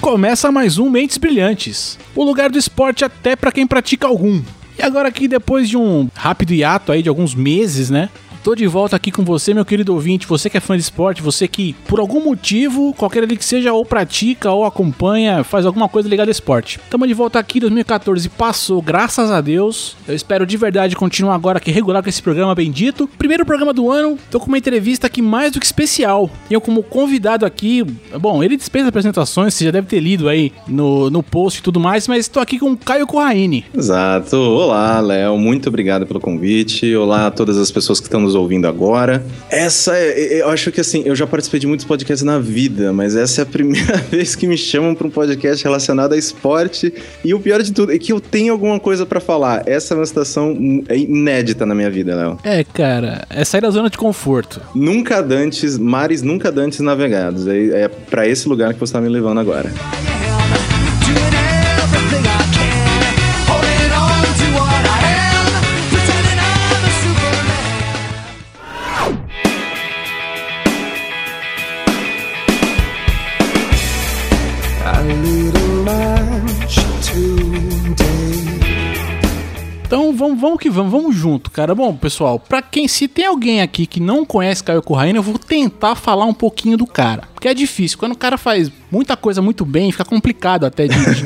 Começa mais um Mentes Brilhantes, o lugar do esporte até pra quem pratica algum. E agora aqui, depois de um rápido hiato aí de alguns meses, né? Tô de volta aqui com você, meu querido ouvinte, você que é fã de esporte, você que, por algum motivo, qualquer ali que seja, ou pratica, ou acompanha, faz alguma coisa ligada ao esporte. Tamo de volta aqui, 2014 passou, graças a Deus. Eu espero de verdade continuar agora aqui regular com esse programa bendito. Primeiro programa do ano, tô com uma entrevista aqui mais do que especial. Eu como convidado aqui, bom, ele dispensa apresentações, você já deve ter lido aí no post e tudo mais, mas tô aqui com o Caio Corraini. Exato. Olá, Léo, muito obrigado pelo convite. Olá a todas as pessoas que estão nos ouvindo agora. Eu acho que assim, eu já participei de muitos podcasts na vida, mas essa é a primeira vez que me chamam para um podcast relacionado a esporte, e o pior de tudo é que eu tenho alguma coisa para falar. Essa é uma situação inédita na minha vida, Léo. É, cara, é sair da zona de conforto. Mares nunca dantes navegados. É para esse lugar que você tá me levando agora. Então vamos que vamos junto, cara. Bom, pessoal, se tem alguém aqui que não conhece Caio Corraini, eu vou tentar falar um pouquinho do cara. Porque é difícil, quando o cara faz muita coisa muito bem, fica complicado até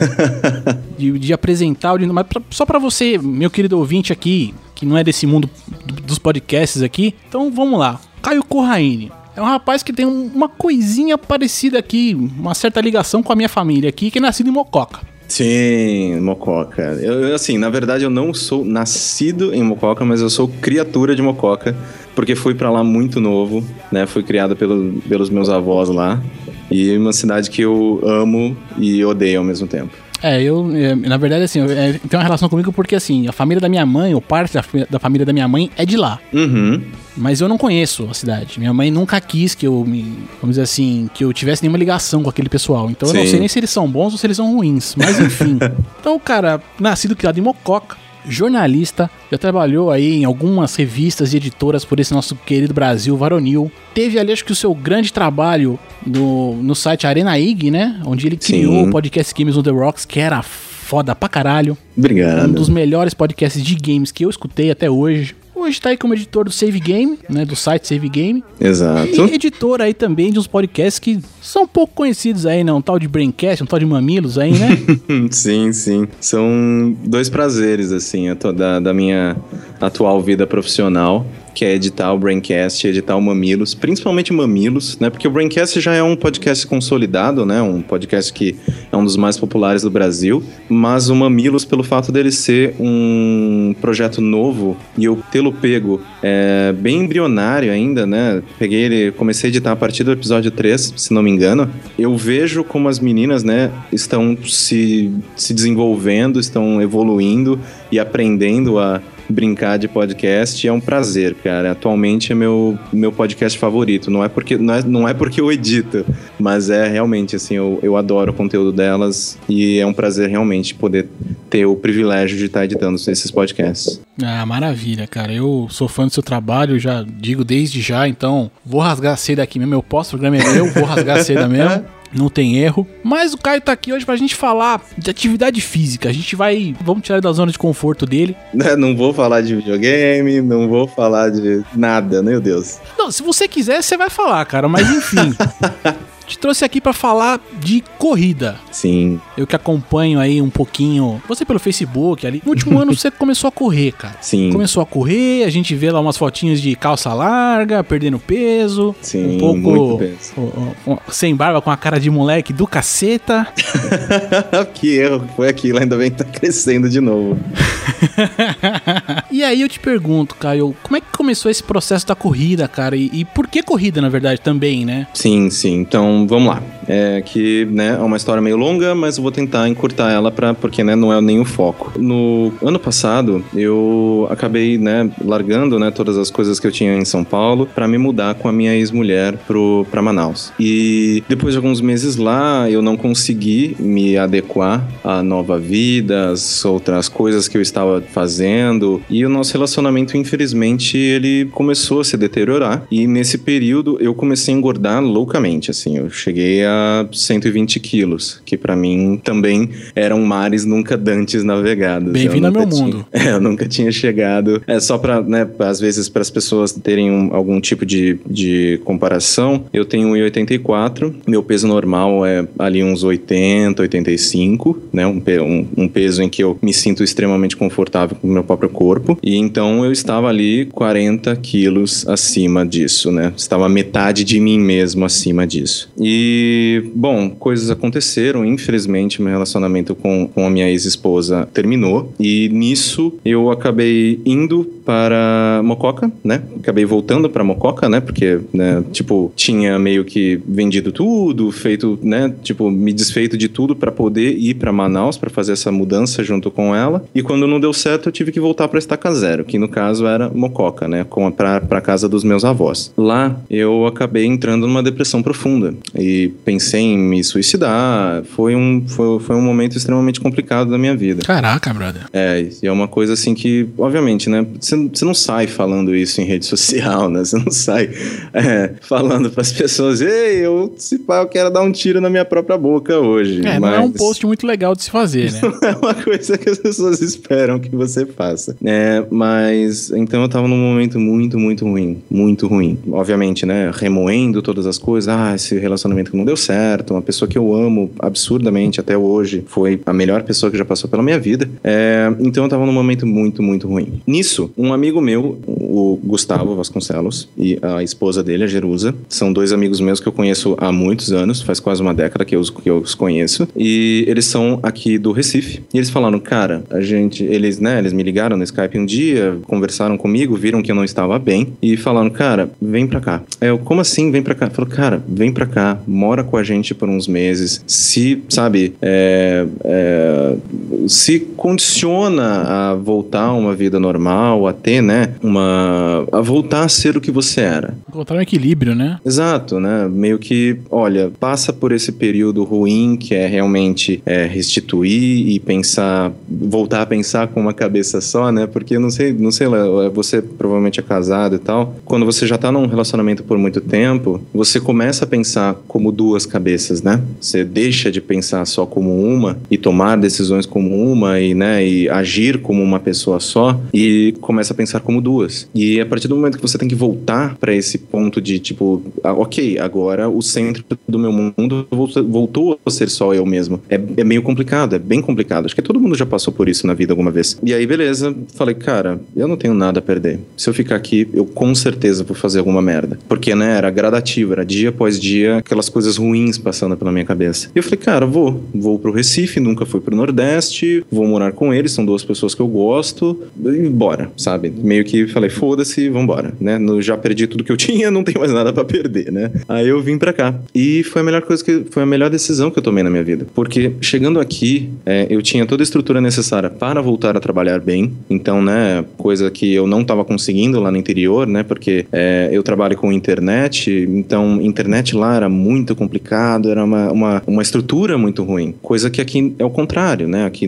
de apresentar, mas só pra você, meu querido ouvinte aqui, que não é desse mundo dos podcasts aqui, então vamos lá. Caio Corraini é um rapaz que tem uma coisinha parecida aqui, uma certa ligação com a minha família aqui, que é nascido em Mococa. Sim, Mococa. Assim, na verdade eu não sou nascido em Mococa, mas eu sou criatura de Mococa, porque fui pra lá muito novo, né? Fui criado pelos meus avós lá, e uma cidade que eu amo e odeio ao mesmo tempo. Na verdade, assim, tem uma relação comigo porque, assim, a família da minha mãe, ou parte da família da minha mãe é de lá. Uhum. Mas eu não conheço a cidade. Minha mãe nunca quis que vamos dizer assim, que eu tivesse nenhuma ligação com aquele pessoal. Então eu não sei nem se eles são bons ou se eles são ruins. Mas enfim. Então, cara, nascido, criado em Mococa, jornalista, já trabalhou aí em algumas revistas e editoras por esse nosso querido Brasil varonil. Teve ali, acho que o seu grande trabalho no site Arena IG, né? Onde ele criou o podcast Games on the Rocks, que era foda pra caralho. Obrigado. Um dos melhores podcasts de games que eu escutei até hoje. Hoje tá aí como editor do Save Game, né, do site Save Game. Exato. E editor aí também de uns podcasts que são pouco conhecidos aí, né? Um tal de Braincast, um tal de Mamilos aí, né? Sim, sim. São dois prazeres, assim, da minha atual vida profissional, que é editar o Braincast e editar o Mamilos, principalmente Mamilos, né? Porque o Braincast já é um podcast consolidado, né? Um podcast que é um dos mais populares do Brasil, mas o Mamilos, pelo fato dele ser um projeto novo e eu tê-lo pego bem embrionário ainda, né? Comecei a editar a partir do episódio 3, se não me engano. Eu vejo como as meninas, né, estão se desenvolvendo, estão evoluindo e aprendendo a brincar de podcast, é um prazer, cara. Atualmente é meu podcast favorito. Não é porque eu edito, mas é realmente, assim, eu adoro o conteúdo delas e é um prazer realmente poder ter o privilégio de estar editando esses podcasts. Ah, maravilha, cara. Eu sou fã do seu trabalho, já digo desde já, então vou rasgar a seda aqui mesmo. Eu posso, o programa é meu, vou rasgar a seda mesmo. Não tem erro. Mas o Caio tá aqui hoje pra gente falar de atividade física. Vamos tirar ele da zona de conforto dele. Não vou falar de videogame, não vou falar de nada, meu Deus. Não, se você quiser, você vai falar, cara. Mas enfim... Te trouxe aqui pra falar de corrida. Sim. Eu que acompanho aí um pouquinho, você pelo Facebook ali. No último ano você começou a correr, cara. Sim. Começou a correr, a gente vê lá umas fotinhas de calça larga, perdendo peso. Sim, um pouco muito peso. Sem barba, com a cara de moleque do caceta. Que erro que foi aquilo, ainda bem que tá crescendo de novo. E aí eu te pergunto, Caio, como é que começou esse processo da corrida, cara? E por que corrida, na verdade, também, né? Sim. Então, vamos lá. É uma história meio longa, mas eu vou tentar encurtar ela porque, né, não é nem o foco. No ano passado, eu acabei, né, largando, né, todas as coisas que eu tinha em São Paulo para me mudar com a minha ex-mulher pra Manaus. E depois de alguns meses lá, eu não consegui me adequar à nova vida, às outras coisas que eu estava fazendo. E o nosso relacionamento, infelizmente, ele começou a se deteriorar. E nesse período, eu comecei a engordar loucamente, assim. Eu cheguei a 120 quilos, que pra mim também eram mares nunca dantes navegados. Bem-vindo ao meu mundo. Eu nunca tinha chegado. Só pra, né, às vezes para as pessoas terem algum tipo de comparação, eu tenho 1,84, meu peso normal é ali uns 80, 85, né, um peso em que eu me sinto extremamente confortável com o meu próprio corpo, e então eu estava ali 40 quilos acima disso, né, estava metade de mim mesmo acima disso. E, bom, coisas aconteceram, infelizmente meu relacionamento com a minha ex-esposa terminou, e nisso eu acabei indo para Mococa, né? Acabei voltando para Mococa, né? Porque, né, tipo, tinha meio que vendido tudo, feito, né, tipo, me desfeito de tudo para poder ir para Manaus para fazer essa mudança junto com ela. E quando não deu certo, eu tive que voltar para Estaca Zero, que no caso era Mococa, né? Para casa dos meus avós. Lá eu acabei entrando numa depressão profunda e pensei em me suicidar. Foi um momento extremamente complicado da minha vida. Caraca, brother. E é uma coisa assim que, obviamente, né? Você não sai falando isso em rede social, né? Você não sai falando pras pessoas, ei, eu quero dar um tiro na minha própria boca hoje. Não é um post muito legal de se fazer, né? Não é uma coisa que as pessoas esperam que você faça. Mas, então eu tava num momento muito, muito ruim. Muito ruim. Obviamente, né? Remoendo todas as coisas. Esse relacionamento que não deu certo. Uma pessoa que eu amo absurdamente até hoje. Foi a melhor pessoa que já passou pela minha vida. Então eu tava num momento muito, muito ruim. Nisso, um amigo meu, o Gustavo Vasconcelos, e a esposa dele, a Jerusa, são dois amigos meus que eu conheço há muitos anos, faz quase uma década que eu os conheço, e eles são aqui do Recife, e eles falaram, cara, eles me ligaram no Skype um dia, conversaram comigo, viram que eu não estava bem, e falaram, cara, vem pra cá. Como assim, vem pra cá? Falou, cara, vem pra cá, mora com a gente por uns meses, se condiciona a voltar a uma vida normal, a ter, né, a voltar a ser o que você era. Encontrar um equilíbrio, né? Exato, né, meio que, olha, passa por esse período ruim que é realmente restituir e voltar a pensar com uma cabeça só, né, porque não sei lá, você provavelmente é casado e tal, quando você já tá num relacionamento por muito tempo, você começa a pensar como duas cabeças, né, você deixa de pensar só como uma e tomar decisões como uma e agir como uma pessoa só e começa a pensar como duas. E a partir do momento que você tem que voltar para esse ponto de tipo, ok, agora o centro do meu mundo voltou a ser só eu mesmo. É meio complicado, é bem complicado. Acho que todo mundo já passou por isso na vida alguma vez. E aí, beleza, falei, cara, eu não tenho nada a perder. Se eu ficar aqui, eu com certeza vou fazer alguma merda. Porque, né, era gradativo, era dia após dia, aquelas coisas ruins passando pela minha cabeça. E eu falei, cara, vou pro Recife, nunca fui pro Nordeste, vou morar com eles, são duas pessoas que eu gosto, e bora, sabe? Meio que falei, foda-se, vambora, né? Já perdi tudo que eu tinha, não tenho mais nada pra perder, né? Aí eu vim pra cá. E foi a melhor decisão que eu tomei na minha vida. Porque chegando aqui, eu tinha toda a estrutura necessária para voltar a trabalhar bem. Então, né, coisa que eu não tava conseguindo lá no interior, né? Porque eu trabalho com internet, então internet lá era muito complicado, era uma estrutura muito ruim. Coisa que aqui é o contrário, né? Aqui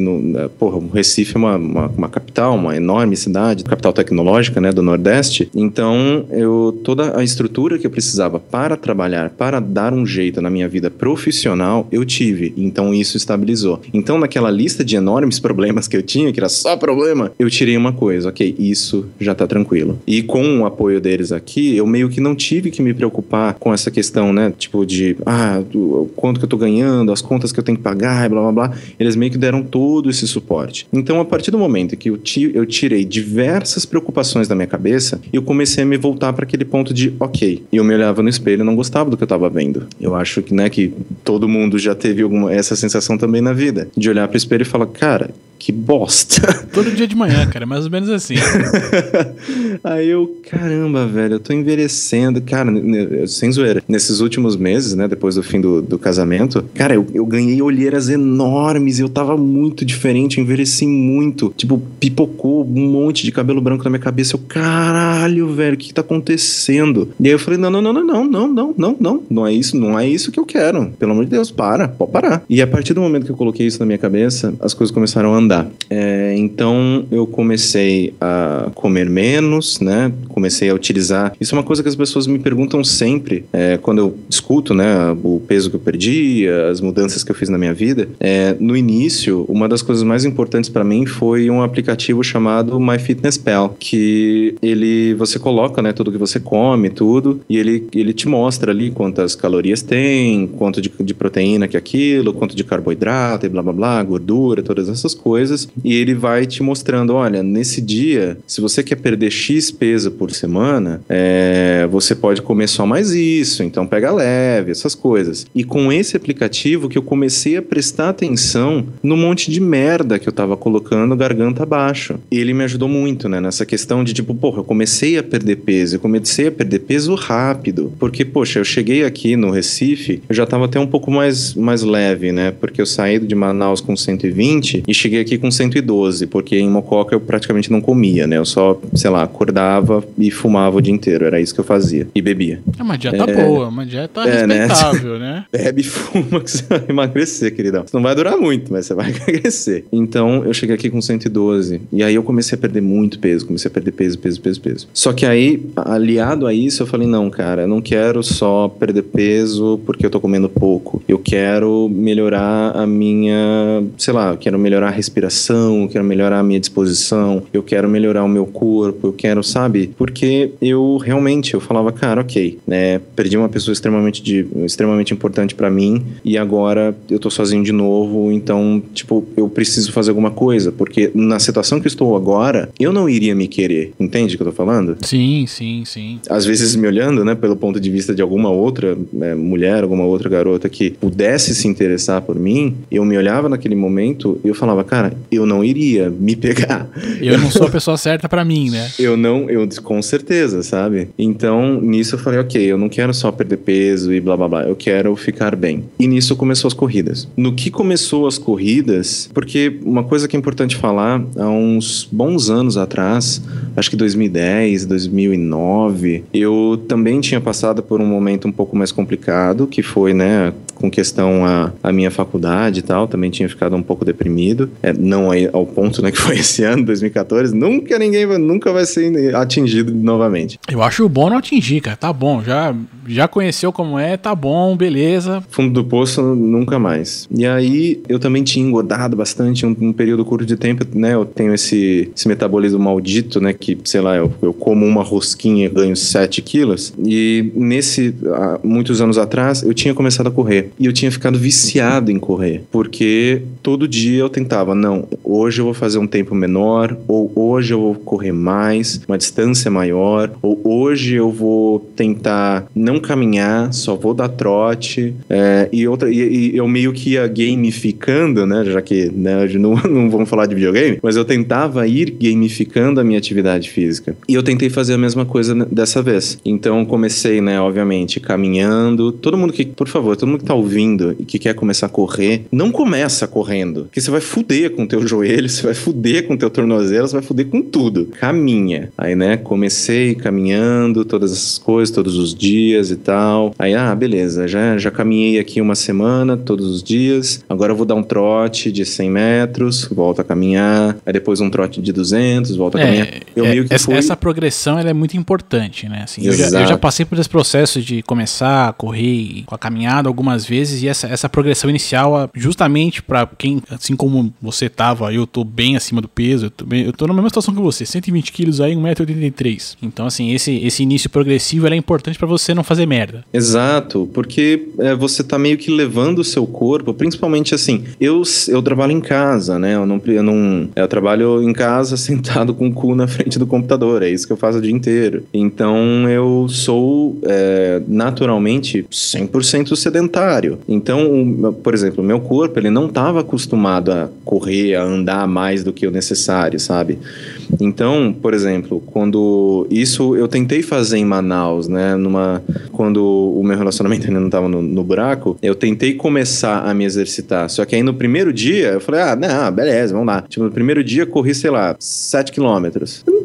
o Recife é uma capital, uma enorme cidade, capital tecnológica, né, do Nordeste. Então, toda a estrutura que eu precisava para trabalhar, para dar um jeito na minha vida profissional, eu tive. Então, isso estabilizou. Então, naquela lista de enormes problemas que eu tinha, que era só problema, eu tirei uma coisa, ok, isso já tá tranquilo. E com o apoio deles aqui, eu meio que não tive que me preocupar com essa questão, né, tipo de, quanto que eu tô ganhando, as contas que eu tenho que pagar, e blá, blá, blá. Eles meio que deram todo esse suporte. Então, a partir do momento que eu tirei diversas preocupações da minha cabeça, eu comecei a me voltar para aquele ponto de, ok, e eu me olhava no espelho e não gostava do que eu tava vendo. Eu acho que, né, que todo mundo já teve essa sensação também na vida, de olhar pro espelho e falar, cara, que bosta. Todo dia de manhã, cara, mais ou menos assim. Aí eu, caramba, velho, eu tô envelhecendo. Cara, sem zoeira, nesses últimos meses, né, depois do fim do casamento, cara, eu ganhei olheiras enormes, eu tava muito diferente, eu envelheci muito. Tipo, pipocou um monte de cabelo branco na minha cabeça. Eu, caralho, velho, o que tá acontecendo? E aí eu falei, não é isso que eu quero. Pelo amor de Deus, pode parar. E a partir do momento que eu coloquei isso na minha cabeça, as coisas começaram a andar. dá. Então eu comecei a comer menos, né? Comecei a utilizar. Isso é uma coisa que as pessoas me perguntam sempre, quando eu discuto, né, o peso que eu perdi, as mudanças que eu fiz na minha vida. No início, uma das coisas mais importantes para mim foi um aplicativo chamado MyFitnessPal, que você coloca, né, tudo que você come, tudo, e ele te mostra ali quantas calorias tem, quanto de proteína que é aquilo, quanto de carboidrato e blá blá blá, gordura, todas essas coisas, e ele vai te mostrando, olha, nesse dia, se você quer perder X peso por semana, você pode comer só mais isso, então pega leve, essas coisas. E com esse aplicativo que eu comecei a prestar atenção no monte de merda que eu tava colocando garganta abaixo. E ele me ajudou muito, né, nessa questão de tipo, porra, eu comecei a perder peso rápido, porque, poxa, eu cheguei aqui no Recife, eu já tava até um pouco mais leve, né, porque eu saí de Manaus com 120 e cheguei aqui com 112, porque em Mococa eu praticamente não comia, né, eu só, sei lá, acordava e fumava o dia inteiro, era isso que eu fazia, e bebia. É uma dieta boa, uma dieta respeitável, né? Bebe e fuma que você vai emagrecer, queridão. Isso não vai durar muito, mas você vai emagrecer. Então, eu cheguei aqui com 112, e aí eu comecei a perder muito peso, comecei a perder peso. Só que aí, aliado a isso, eu falei, não, cara, eu não quero só perder peso porque eu tô comendo pouco. Eu quero melhorar a minha, sei lá, eu quero melhorar a respiração, eu quero melhorar a minha disposição, eu quero melhorar o meu corpo, eu quero, sabe? Porque eu falava, cara, ok, né, perdi uma pessoa extremamente importante pra mim e agora eu tô sozinho de novo, então, tipo, eu preciso fazer alguma coisa, porque na situação que eu estou agora, eu não iria me querer, entende o que eu tô falando? Sim. Às vezes me olhando, né, pelo ponto de vista de alguma outra mulher, alguma outra garota que pudesse se interessar por mim, eu me olhava naquele momento e eu falava, cara, eu não iria me pegar. Eu não sou a pessoa certa pra mim, né? Eu com certeza, sabe? Então, nisso eu falei, ok, eu não quero só perder peso e blá blá blá, eu quero ficar bem. E nisso começou as corridas. No que começou as corridas, porque uma coisa que é importante falar, há uns bons anos atrás, acho que 2010, 2009, eu também tinha passado por um momento um pouco mais complicado, que foi, né, com questão a minha faculdade e tal, também tinha ficado um pouco deprimido, não ao ponto, né, que foi esse ano, 2014, nunca vai ser atingido novamente. Eu acho bom não atingir, cara, tá bom, já conheceu como tá bom, beleza. Fundo do poço, nunca mais. E aí, eu também tinha engordado bastante, um período curto de tempo, né, eu tenho esse metabolismo maldito, né, que, sei lá, eu como uma rosquinha e ganho 7 quilos, e muitos anos atrás, eu tinha começado a correr, e eu tinha ficado viciado em correr, porque todo dia eu tentava, não, hoje eu vou fazer um tempo menor, ou hoje eu vou correr mais, uma distância maior, ou hoje eu vou tentar não caminhar, só vou dar trote, e eu meio que ia gamificando, né, já que, né, hoje não vamos falar de videogame, mas eu tentava ir gamificando a minha atividade física, e eu tentei fazer a mesma coisa dessa vez. Então comecei, né, obviamente, caminhando. Todo mundo que tá ouvindo e que quer começar a correr, não começa correndo, porque você vai fuder com o teu joelho, você vai fuder com o teu tornozelo, você vai fuder com tudo. Caminha. Aí, né, comecei caminhando, todas essas coisas, todos os dias e tal. Aí, beleza, já caminhei aqui uma semana, todos os dias, agora eu vou dar um trote de 100 metros, volto a caminhar, aí depois um trote de 200, volto a caminhar. Essa progressão, ela é muito importante, né, assim, eu já passei por esse processo de começar a correr com a caminhada algumas vezes, e essa progressão inicial, justamente pra quem, assim como você tava, eu tô bem acima do peso, eu tô na mesma situação que você, 120 quilos aí, 1,83 m. Então, assim, esse início progressivo, ele é importante pra você não fazer merda. Exato, porque você tá meio que levando o seu corpo, principalmente assim, eu trabalho em casa, né, eu trabalho em casa sentado com o cu na frente do computador, é isso que eu faço o dia inteiro. Então, eu sou naturalmente 100% sedentário. Então, por exemplo, o meu corpo, ele não estava acostumado a correr, a andar mais do que o necessário, sabe? Então, por exemplo, quando isso eu tentei fazer em Manaus, né? Quando o meu relacionamento ainda não estava no buraco, eu tentei começar a me exercitar. Só que aí no primeiro dia, eu falei, beleza, vamos lá. Tipo, no primeiro dia, corri, sei lá, 7 quilômetros.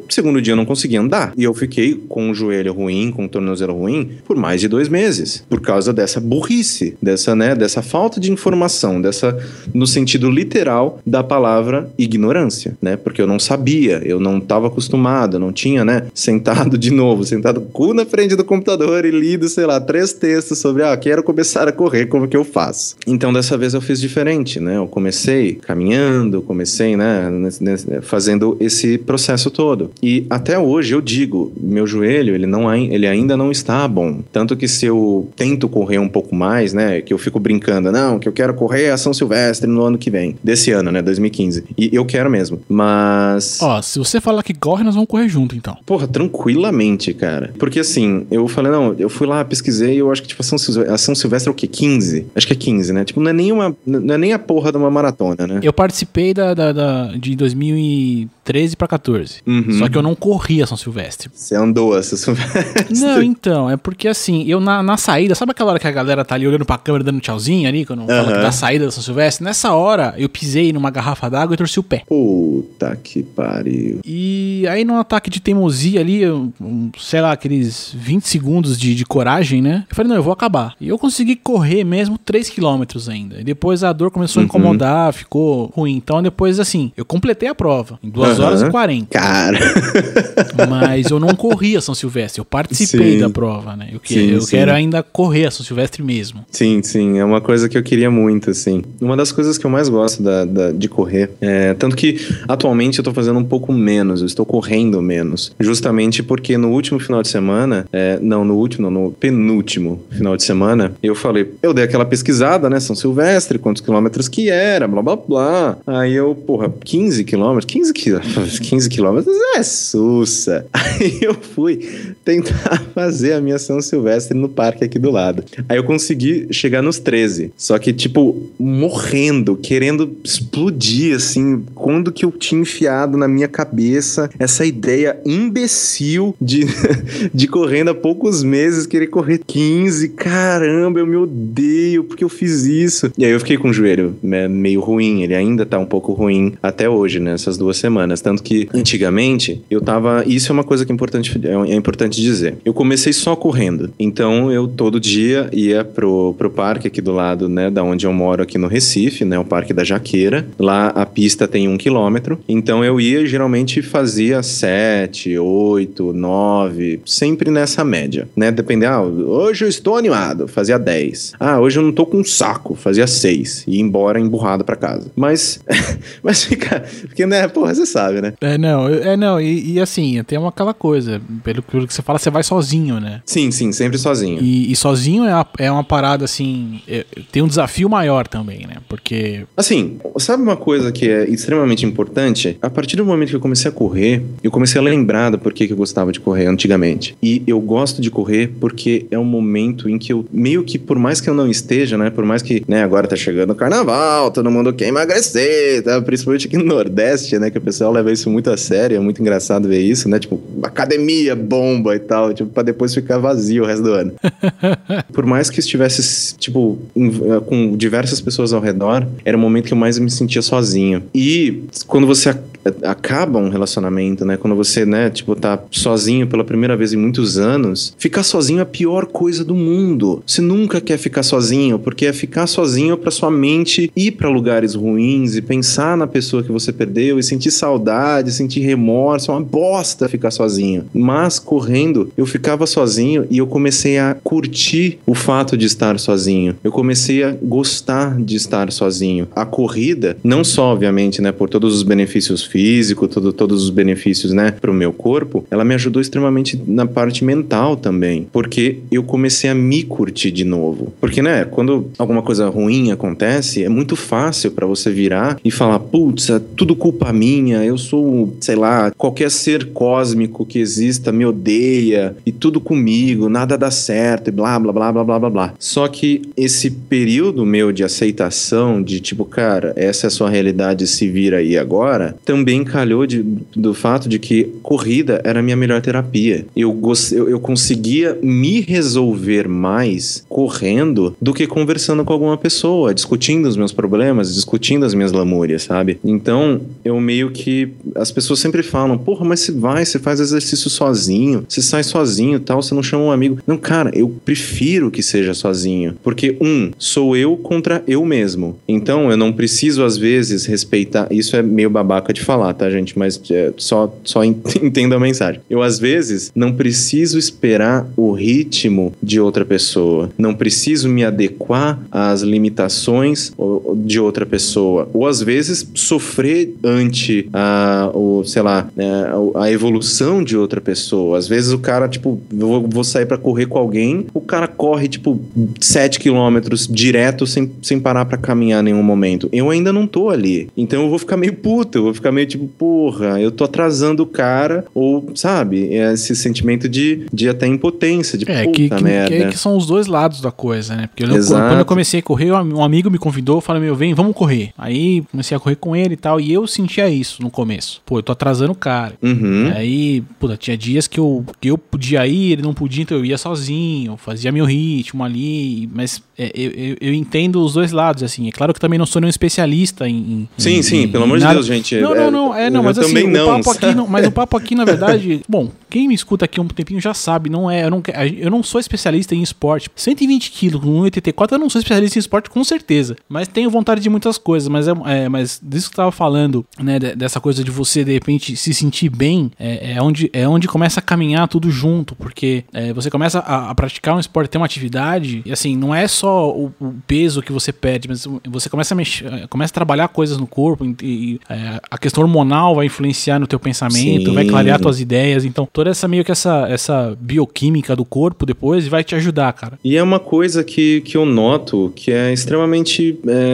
segundo dia eu não conseguia andar. E eu fiquei com o joelho ruim, com o tornozelo ruim, por mais de 2 meses. Por causa dessa burrice, dessa falta de informação, no sentido literal da palavra ignorância, né? Porque eu não sabia, eu não estava acostumado, eu não tinha, né? Sentado cu na frente do computador e lido, sei lá, 3 textos sobre, quero começar a correr, como que eu faço? Então, dessa vez eu fiz diferente, né? Eu comecei caminhando, né, fazendo esse processo todo. E até hoje eu digo, meu joelho, ele ainda não está bom. Tanto que se eu tento correr um pouco mais, né, que eu fico brincando, que eu quero correr a São Silvestre no ano que vem. Desse ano, né, 2015. E eu quero mesmo. Mas... se você falar que corre, nós vamos correr junto, então. Porra, tranquilamente, cara. Porque assim, eu falei, eu fui lá, pesquisei, eu acho que tipo, a São Silvestre é o quê? 15? Acho que é 15, né? Tipo, não é nem a porra de uma maratona, né? Eu participei de 2013 pra 14. Só que eu não corri a São Silvestre. Você andou a São Silvestre? Não, então, é porque assim, eu na saída, sabe aquela hora que a galera tá ali olhando pra câmera, dando tchauzinho ali, quando fala que da saída da São Silvestre? Nessa hora, eu pisei numa garrafa d'água e torci o pé. Puta que pariu. E aí, num ataque de teimosia ali, sei lá, aqueles 20 segundos de coragem, né? Eu falei, não, eu vou acabar. E eu consegui correr mesmo 3 quilômetros ainda. E depois a dor começou a incomodar, ficou ruim. Então, depois, assim, eu completei a prova em 2 horas e 40. Cara. Mas eu não corri a São Silvestre, eu participei da prova, né? Eu quero ainda correr a São Silvestre mesmo. Sim, é uma coisa que eu queria muito, assim. Uma das coisas que eu mais gosto de correr, tanto que atualmente eu tô fazendo um pouco menos, eu estou correndo menos, justamente porque no último final de semana, no penúltimo final de semana, eu dei aquela pesquisada, né, São Silvestre, quantos quilômetros que era, blá, blá, blá. Aí eu, 15 quilômetros é sussa. Aí eu fui tentar fazer a minha São Silvestre no parque aqui do lado. Aí eu consegui chegar nos 13. Só que, tipo, morrendo, querendo explodir, assim, quando que eu tinha enfiado na minha cabeça essa ideia imbecil de correndo há poucos meses, querer correr 15. Caramba, eu me odeio porque eu fiz isso. E aí eu fiquei com o joelho meio ruim, ele ainda tá um pouco ruim até hoje, né, essas 2 semanas. Tanto que, antigamente, eu tava... Isso é uma coisa que é importante dizer. Eu comecei só correndo. Então, eu todo dia ia pro parque aqui do lado, né, da onde eu moro aqui no Recife, né, o Parque da Jaqueira. Lá a pista tem 1 quilômetro. Então, eu ia, geralmente, fazia 7, 8, 9, sempre nessa média, né? Dependendo, hoje eu estou animado, fazia 10. Hoje eu não tô com um saco, fazia 6. E ia embora emburrado pra casa. Mas porque, né, porra, você sabe, né? E assim, tem aquela coisa, pelo que você fala, você vai sozinho, né? Sim, sempre sozinho. E sozinho é uma parada, assim, tem um desafio maior também, né? Porque... Assim, sabe uma coisa que é extremamente importante? A partir do momento que eu comecei a correr, eu comecei a lembrar do porquê que eu gostava de correr antigamente. E eu gosto de correr porque é um momento em que eu, meio que, por mais que eu não esteja, né? Por mais que, né, agora tá chegando o carnaval, todo mundo quer emagrecer, tá? Principalmente aqui no Nordeste, né? Que o pessoal leva isso muito a sério, é muito engraçado ver isso, né? Tipo, academia, bomba e tal, tipo, pra depois ficar vazio o resto do ano. Por mais que estivesse, tipo, com diversas pessoas ao redor, era o momento que eu mais me sentia sozinho. E quando você acaba um relacionamento, né? Quando você, né, tipo, tá sozinho pela primeira vez em muitos anos, ficar sozinho é a pior coisa do mundo. Você nunca quer ficar sozinho, porque é ficar sozinho pra sua mente ir pra lugares ruins e pensar na pessoa que você perdeu e sentir saudade, sentir remorso. É uma bosta ficar sozinho. Mas correndo, eu ficava sozinho e eu comecei a curtir o fato de estar sozinho. Eu comecei a gostar de estar sozinho. A corrida, não só, obviamente, né, por todos os benefícios físicos, todos os benefícios, né, pro meu corpo, ela me ajudou extremamente na parte mental também, porque eu comecei a me curtir de novo. Porque, né, quando alguma coisa ruim acontece, é muito fácil pra você virar e falar, putz, é tudo culpa minha, eu sou, sei lá, qualquer ser cósmico que exista me odeia, e tudo comigo, nada dá certo, e blá, blá, blá, blá, blá, blá, blá. Só que esse período meu de aceitação, de tipo, cara, essa é a sua realidade, se vira aí agora, também também calhou do fato de que corrida era a minha melhor terapia. Eu conseguia me resolver mais correndo do que conversando com alguma pessoa, discutindo os meus problemas, discutindo as minhas lamúrias, sabe? Então, eu meio que... As pessoas sempre falam, porra, mas você faz exercício sozinho, você sai sozinho e tal, você não chama um amigo. Não, cara, eu prefiro que seja sozinho, porque sou eu contra eu mesmo. Então, eu não preciso, às vezes, respeitar... Isso é meio babaca de falar, tá, gente? Mas só entendo a mensagem. Eu, às vezes, não preciso esperar o ritmo de outra pessoa. Não preciso me adequar às limitações de outra pessoa. Ou, às vezes, sofrer ante a evolução de outra pessoa. Às vezes, o cara, tipo, vou sair pra correr com alguém, o cara corre, tipo, 7 quilômetros direto sem parar pra caminhar em nenhum momento. Eu ainda não tô ali. Então, eu vou ficar meio puto, eu vou ficar meio tipo, porra, eu tô atrasando o cara, ou, sabe, esse sentimento de até impotência, de puta merda. Que são os dois lados da coisa, né? Porque quando eu comecei a correr, um amigo me convidou, falou, vem, vamos correr. Aí comecei a correr com ele e tal, e eu sentia isso no começo. Pô, eu tô atrasando o cara. Uhum. Aí, puta, tinha dias que eu podia ir, ele não podia, então eu ia sozinho, fazia meu ritmo ali, mas eu entendo os dois lados, assim. É claro que também não sou nenhum especialista em Sim, pelo amor de Deus, gente. Não, mas assim, também o papo aqui, na verdade, bom, quem me escuta aqui um tempinho já sabe, eu não sou especialista em esporte. 120 quilos, com 1,84, eu não sou especialista em esporte, com certeza. Mas tenho vontade de muitas coisas, mas disso que eu tava falando, né, dessa coisa de você, de repente, se sentir bem, é onde começa a caminhar tudo junto, porque você começa a praticar um esporte, ter uma atividade, e assim, não é só o peso que você perde, mas você começa a mexer, começa a trabalhar coisas no corpo, e a questão hormonal vai influenciar no teu pensamento, Sim. vai clarear tuas ideias, então toda essa bioquímica do corpo depois vai te ajudar, cara. E é uma coisa que eu noto que é extremamente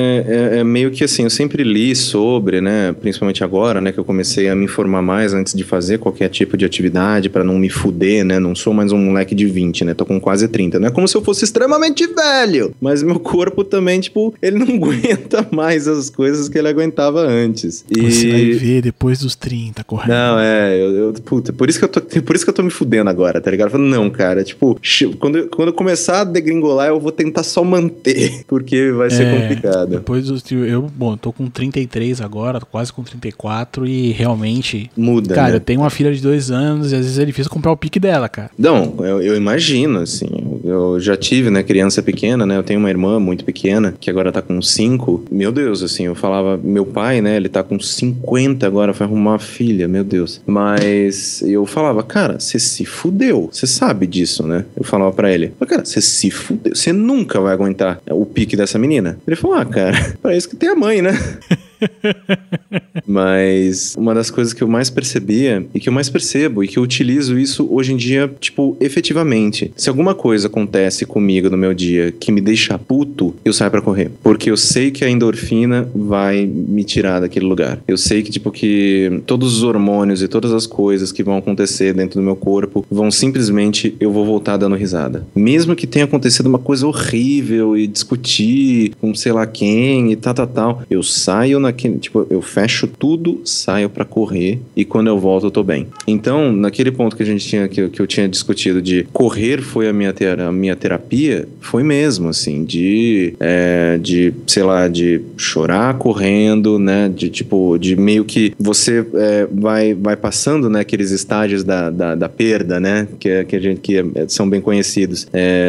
meio que assim, eu sempre li sobre, né, principalmente agora, né, que eu comecei a me informar mais antes de fazer qualquer tipo de atividade pra não me fuder, né, não sou mais um moleque de 20, né, tô com quase 30, não é como se eu fosse extremamente velho, mas meu corpo também, tipo, ele não aguenta mais as coisas que ele aguentava antes. Você vai ver depois dos 30, correto? Não, puta, por isso que eu tô me fudendo agora, tá ligado? Falando, não, cara, tipo, quando eu começar a degringolar, eu vou tentar só manter, porque vai ser complicado. Depois eu tô com 33 agora, tô quase com 34 e realmente... Muda, cara, né? eu tenho uma filha de 2 anos e às vezes é difícil comprar o pique dela, cara. Não, eu imagino, assim, eu já tive, né, criança pequena, né, eu tenho uma irmã muito pequena, que agora tá com 5, meu Deus, assim, eu falava, meu pai, né, ele tá com 50 agora, foi arrumar uma filha, meu Deus, mas eu falava, cara, você se fudeu, você sabe disso, né, eu falava pra ele, cara, você se fudeu, você nunca vai aguentar o pique dessa menina. Ele falou, cara, pra isso que tem a mãe, né? Mas uma das coisas que eu mais percebia e que eu mais percebo e que eu utilizo isso hoje em dia, tipo, efetivamente, se alguma coisa acontece comigo no meu dia que me deixa puto, eu saio pra correr, porque eu sei que a endorfina vai me tirar daquele lugar. Eu sei que, tipo, que todos os hormônios e todas as coisas que vão acontecer dentro do meu corpo vão simplesmente, eu vou voltar dando risada, mesmo que tenha acontecido uma coisa horrível e discutir com sei lá quem e tal, eu saio naquele, tipo, eu fecho tudo, saio pra correr e quando eu volto eu tô bem. Então, naquele ponto que a gente tinha, que eu tinha discutido de correr foi a minha terapia, foi mesmo, assim, de sei lá, de chorar correndo, né, de meio que você vai passando, né, aqueles estágios da perda, né, que são bem conhecidos,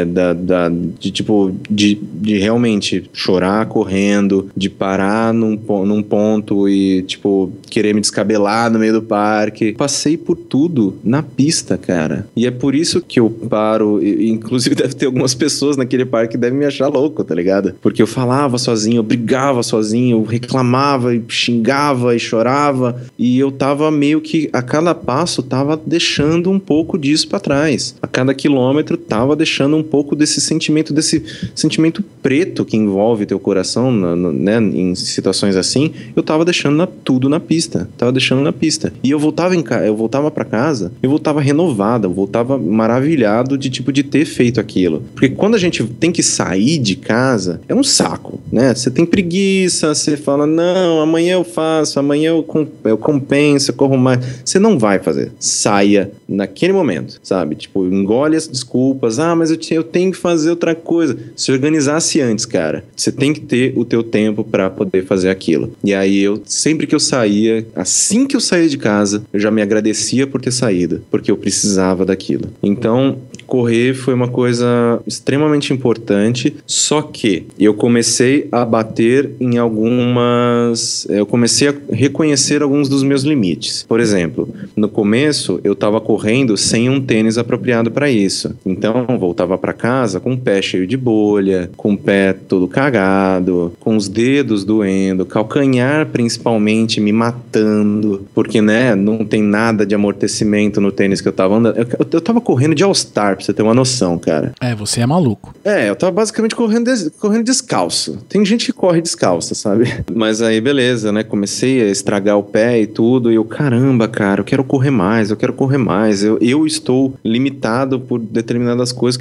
de realmente chorar correndo, de parar num ponto e, tipo, querer me descabelar no meio do parque. Passei por tudo na pista, cara. E é por isso que eu paro, inclusive deve ter algumas pessoas naquele parque que devem me achar louco, tá ligado? Porque eu falava sozinho, eu brigava sozinho, eu reclamava e xingava e chorava, e eu tava meio que, a cada passo, tava deixando um pouco disso pra trás. A cada quilômetro, tava deixando um pouco desse sentimento preto que envolve teu coração, né, em situações assim, assim, eu tava deixando tudo na pista. Tava deixando na pista. E eu voltava pra casa, eu voltava renovado, eu voltava maravilhado de ter feito aquilo. Porque quando a gente tem que sair de casa, é um saco, né? Você tem preguiça, você fala, não, amanhã eu faço, amanhã eu compenso, eu corro mais. Você não vai fazer. Saia naquele momento, sabe? Tipo, engole as desculpas. Ah, mas eu tenho que fazer outra coisa. Se organizasse antes, cara. Você tem que ter o teu tempo pra poder fazer aquilo. E aí, sempre que eu saía, assim que eu saía de casa, eu já me agradecia por ter saído, porque eu precisava daquilo. Então, correr foi uma coisa extremamente importante, só que eu comecei a bater em algumas... Eu comecei a reconhecer alguns dos meus limites. Por exemplo, no começo, eu tava correndo sem um tênis apropriado para isso. Então, voltava para casa com o pé cheio de bolha, com o pé todo cagado, com os dedos doendo, calcanhar principalmente me matando, porque, né, não tem nada de amortecimento no tênis que eu tava andando. Eu tava correndo de All-Star, pra você ter uma noção, cara. Você é maluco. Eu tava basicamente correndo descalço. Tem gente que corre descalça, sabe? Mas aí, beleza, né? Comecei a estragar o pé e tudo, e eu, caramba, cara, eu quero correr mais. Eu estou limitado por determinadas coisas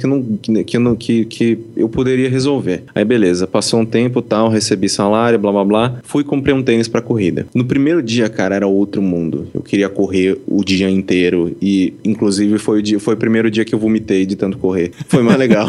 que eu poderia resolver. Aí, beleza, passou um tempo, tal, recebi salário, blá, blá, blá. Fui e comprei um tênis pra corrida. No primeiro dia, cara, era outro mundo. Eu queria correr o dia inteiro e, inclusive, foi o primeiro dia que eu vomitei de tanto correr. Foi mais legal.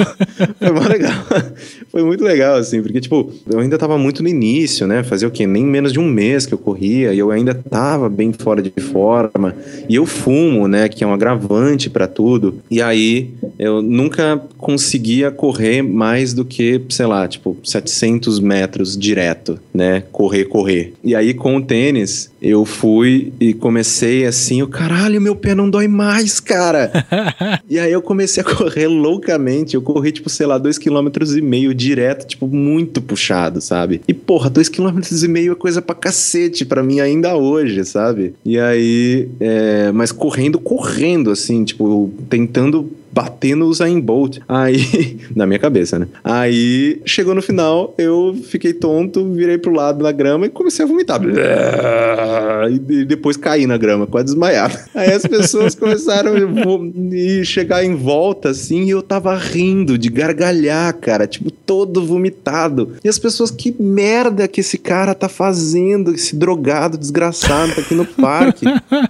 Foi muito legal, assim, porque, tipo, eu ainda tava muito no início, né? Fazia o quê? Nem menos de um mês que eu corria e eu ainda tava bem fora de forma. E eu fumo, né? Que é um agravante pra tudo. E aí, eu nunca conseguia correr mais do que, sei lá, tipo, 700 metros direto, né? Correr. E aí, com o tênis, eu fui e comecei assim, caralho, meu pé não dói mais, cara. E aí eu comecei a correr loucamente. Eu corri, tipo, sei lá, 2,5 km direto, tipo, muito puxado, sabe? E, porra, 2,5 km é coisa pra cacete pra mim ainda hoje, sabe? E aí, mas correndo, assim, tipo, tentando bater no Usain Bolt. Aí, na minha cabeça, né? Aí, chegou no final, eu fiquei tonto, virei pro lado da grama e comecei a vomitar. E depois caí na grama, quase desmaiado. Aí as pessoas começaram a chegar em volta, assim, e eu tava rindo, de gargalhar, cara, tipo, todo vomitado. E as pessoas, que merda que esse cara tá fazendo, esse drogado desgraçado tá aqui no parque.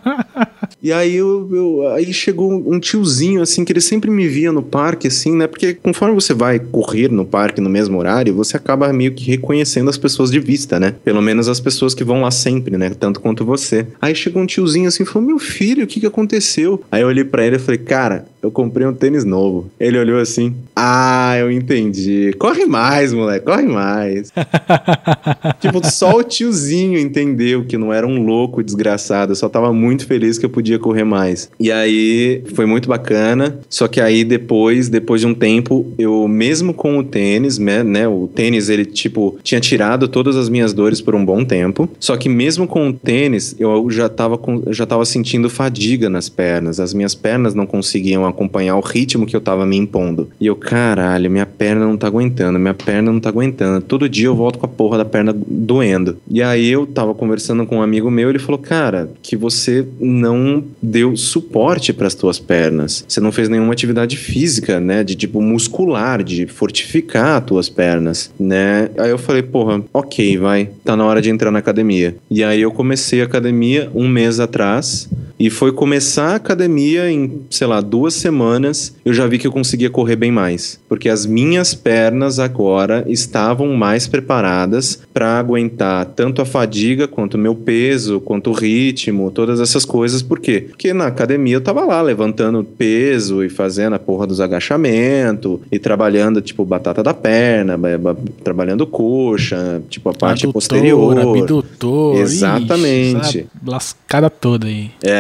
E aí aí chegou um tiozinho, assim, que ele sempre me via no parque, assim, né? Porque conforme você vai correr no parque no mesmo horário, você acaba meio que reconhecendo as pessoas de vista, né? Pelo menos as pessoas que vão lá sempre, né? Tanto quanto você. Aí chegou um tiozinho assim e falou, meu filho, o que aconteceu? Aí eu olhei pra ele e falei, cara, eu comprei um tênis novo. Ele olhou assim, eu entendi. Corre mais, moleque, corre mais. Tipo, só o tiozinho entendeu que não era um louco desgraçado, eu só tava muito feliz que eu podia correr mais. E aí, foi muito bacana, só que aí depois de um tempo, eu mesmo com o tênis, né, o tênis, ele, tipo, tinha tirado todas as minhas dores por um bom tempo, só que mesmo com o tênis, eu já tava sentindo fadiga nas pernas, as minhas pernas não conseguiam acompanhar o ritmo que eu tava me impondo. E eu, caralho, minha perna não tá aguentando. Todo dia eu volto com a porra da perna doendo. E aí eu tava conversando com um amigo meu, ele falou, cara, que você não deu suporte pras tuas pernas. Você não fez nenhuma atividade física, né, de tipo muscular, de fortificar as tuas pernas, né? Aí eu falei, porra, ok, vai, tá na hora de entrar na academia. E aí eu comecei a academia um mês atrás, e foi começar a academia em, sei lá, 2 semanas, eu já vi que eu conseguia correr bem mais. Porque as minhas pernas agora estavam mais preparadas para aguentar tanto a fadiga, quanto o meu peso, quanto o ritmo, todas essas coisas. Por quê? Porque na academia eu tava lá levantando peso e fazendo a porra dos agachamentos e trabalhando, tipo, batata da perna, trabalhando coxa, tipo, a parte posterior. Abdutor. Exatamente. Ixi, lascada toda aí.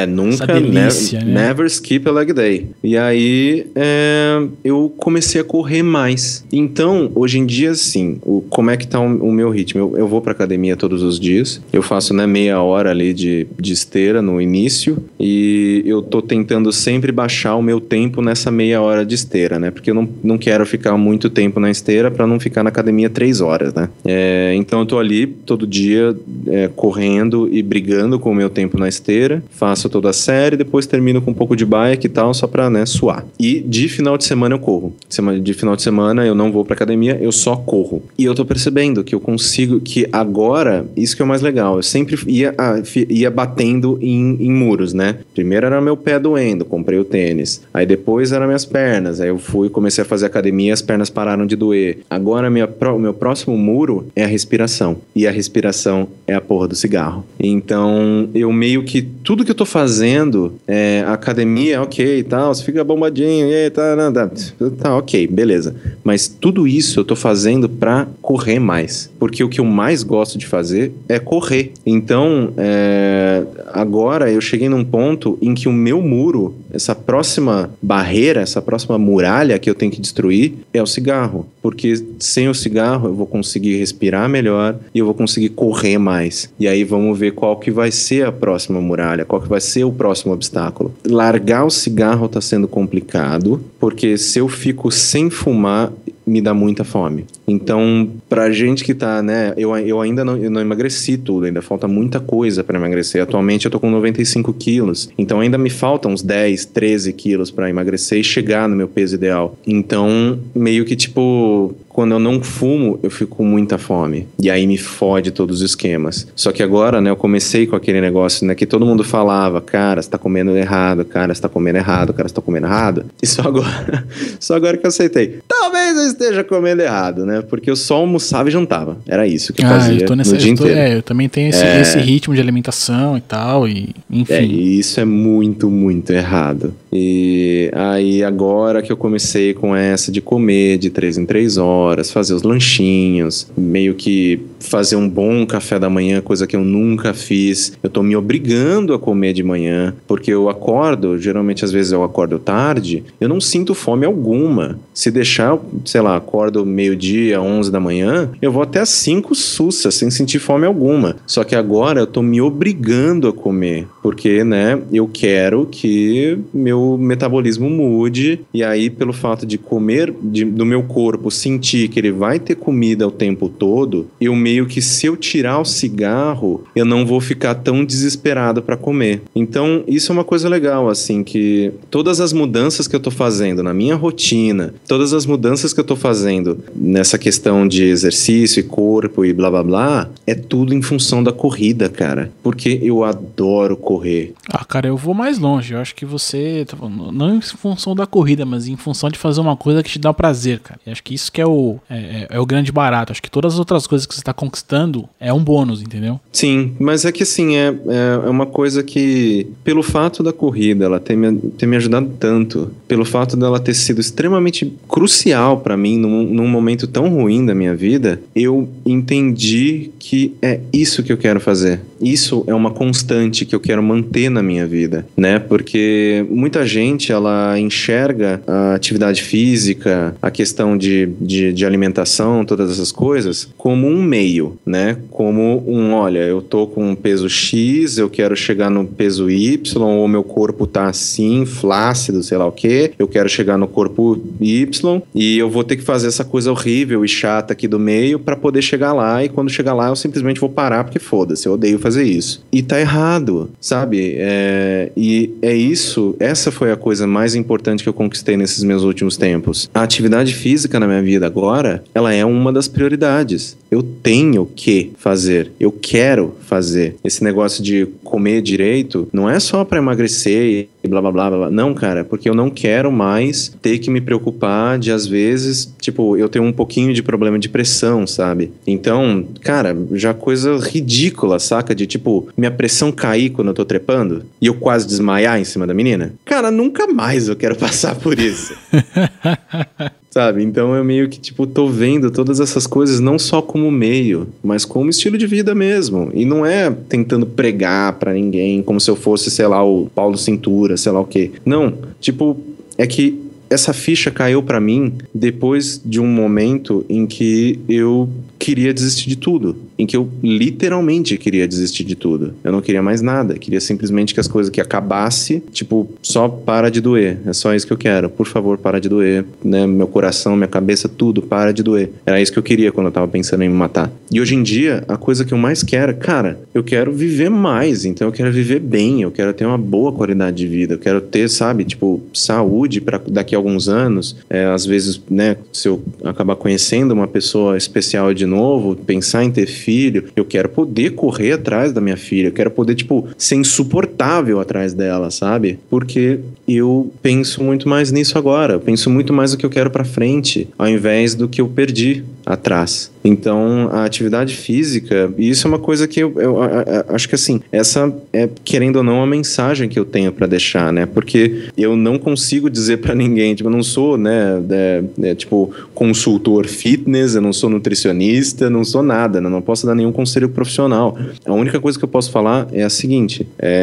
nunca, essa delícia, né? Never skip a leg day. E aí, eu comecei a correr mais. Então, hoje em dia, assim, como é que tá o meu ritmo? Eu vou pra academia todos os dias, eu faço, né, meia hora ali de esteira no início, e eu tô tentando sempre baixar o meu tempo nessa meia hora de esteira, né? Porque eu não quero ficar muito tempo na esteira pra não ficar na academia 3 horas, né? Então eu tô ali todo dia correndo e brigando com o meu tempo na esteira, faço toda a série, depois termino com um pouco de bike e tal, só pra, né, suar. E de final de semana eu corro. De final de semana eu não vou pra academia, eu só corro. E eu tô percebendo que eu consigo, que agora, isso que é o mais legal, eu sempre ia batendo em muros, né? Primeiro era meu pé doendo, comprei o tênis. Aí depois eram minhas pernas, aí eu comecei a fazer academia e as pernas pararam de doer. Agora meu próximo muro é a respiração. E a respiração é a porra do cigarro. Então, eu meio que tudo que eu tô fazendo, a academia, ok e tal, você fica bombadinho, e tá, ok, beleza. Mas tudo isso eu tô fazendo pra correr mais. Porque o que eu mais gosto de fazer é correr. Então, agora eu cheguei num ponto em que o meu muro, essa próxima barreira, essa próxima muralha que eu tenho que destruir é o cigarro. Porque sem o cigarro eu vou conseguir respirar melhor e eu vou conseguir correr mais. E aí vamos ver qual que vai ser a próxima muralha, qual que vai ser o próximo obstáculo. Largar o cigarro tá sendo complicado, porque se eu fico sem fumar, me dá muita fome. Então, pra gente que tá, né, eu ainda não emagreci tudo, ainda falta muita coisa pra emagrecer. Atualmente eu tô com 95 quilos, então ainda me faltam uns 10, 13 quilos pra emagrecer e chegar no meu peso ideal. Então, meio que tipo, quando eu não fumo, eu fico com muita fome. E aí me fode todos os esquemas. Só que agora, né, eu comecei com aquele negócio, né, que todo mundo falava, cara, você tá comendo errado, cara, você tá comendo errado, cara, você tá comendo errado. E só agora que eu aceitei. Talvez eu esteja comendo errado, né, porque eu só almoçava e jantava. Era isso que eu fazia no dia inteiro. Eu também tenho esse ritmo de alimentação e tal, e enfim. E isso é muito, muito errado. E aí agora que eu comecei com essa de comer de 3 em 3 horas, fazer os lanchinhos, meio que fazer um bom café da manhã, coisa que eu nunca fiz. Eu tô me obrigando a comer de manhã, porque eu acordo, geralmente às vezes eu acordo tarde, eu não sinto fome alguma. Se deixar, sei lá, acordo meio-dia, 11 da manhã, eu vou até às 5 sussa, sem sentir fome alguma. Só que agora eu tô me obrigando a comer, porque, né, eu quero que meu metabolismo mude, e aí pelo fato de comer, do meu corpo sentir que ele vai ter comida o tempo todo, eu meio que, se eu tirar o cigarro, eu não vou ficar tão desesperado para comer. Então isso é uma coisa legal, assim, que todas as mudanças que eu tô fazendo na minha rotina, todas as mudanças que eu tô fazendo nessa questão de exercício e corpo e blá blá blá, é tudo em função da corrida, cara, porque eu adoro correr. Ah, cara, eu vou mais longe. Eu acho que você, não em função da corrida, mas em função de fazer uma coisa que te dá prazer, cara. Eu acho que isso que é o grande barato. Acho que todas as outras coisas que você tá conquistando é um bônus, entendeu? Sim, mas é que assim, é uma coisa que, pelo fato da corrida ela ter me ajudado tanto, pelo fato dela ter sido extremamente crucial pra mim num momento tão ruim da minha vida, eu entendi que é isso que eu quero fazer. Isso é uma constante que eu quero manter na minha vida, né? Porque muita gente, ela enxerga a atividade física, a questão de alimentação, todas essas coisas, como um meio, né? Como olha, eu tô com um peso X, eu quero chegar no peso Y, ou meu corpo tá assim, flácido, sei lá o quê, eu quero chegar no corpo Y, e eu vou ter que fazer essa coisa horrível e chata aqui do meio pra poder chegar lá, e quando chegar lá eu simplesmente vou parar porque foda-se, eu odeio fazer isso. E tá errado, sabe? E é isso, essa foi a coisa mais importante que eu conquistei nesses meus últimos tempos. A atividade física na minha vida agora, ela é uma das prioridades. Eu tenho que fazer, eu quero fazer. Esse negócio de comer direito não é só pra emagrecer e blá blá blá blá. Não, cara, porque eu não quero mais ter que me preocupar de, às vezes, tipo, eu tenho um pouquinho de problema de pressão, sabe? Então, cara, já coisa ridícula, saca? De, tipo, minha pressão cair quando eu tô trepando e eu quase desmaiar em cima da menina. Cara, nunca mais eu quero passar por isso. sabe? Então eu meio que, tipo, tô vendo todas essas coisas não só como meio, mas como estilo de vida mesmo. E não é tentando pregar pra ninguém como se eu fosse, sei lá, o Paulo Cintura, sei lá o quê. Não, tipo, é que essa ficha caiu pra mim depois de um momento em que eu queria desistir de tudo. Em que eu literalmente queria desistir de tudo. Eu não queria mais nada. Queria simplesmente que as coisas que acabasse, tipo, só para de doer. É só isso que eu quero. Por favor, para de doer. Né? Meu coração, minha cabeça, tudo, para de doer. Era isso que eu queria quando eu tava pensando em me matar. E hoje em dia, a coisa que eu mais quero, cara, eu quero viver mais. Então eu quero viver bem. Eu quero ter uma boa qualidade de vida. Eu quero ter, sabe, tipo, saúde para daqui a alguns anos. Às vezes, né, se eu acabar conhecendo uma pessoa especial de novo, pensar em ter filho, eu quero poder correr atrás da minha filha, eu quero poder, tipo, ser insuportável atrás dela, sabe? Porque eu penso muito mais nisso agora, eu penso muito mais no que eu quero pra frente, ao invés do que eu perdi atrás. Então, a atividade física, e isso é uma coisa que eu acho que, assim, essa é, querendo ou não, a mensagem que eu tenho pra deixar, né? Porque eu não consigo dizer pra ninguém, tipo, eu não sou, né, tipo, consultor fitness, eu não sou nutricionista, não sou nada, né? Não posso dar nenhum conselho profissional. A única coisa que eu posso falar é a seguinte,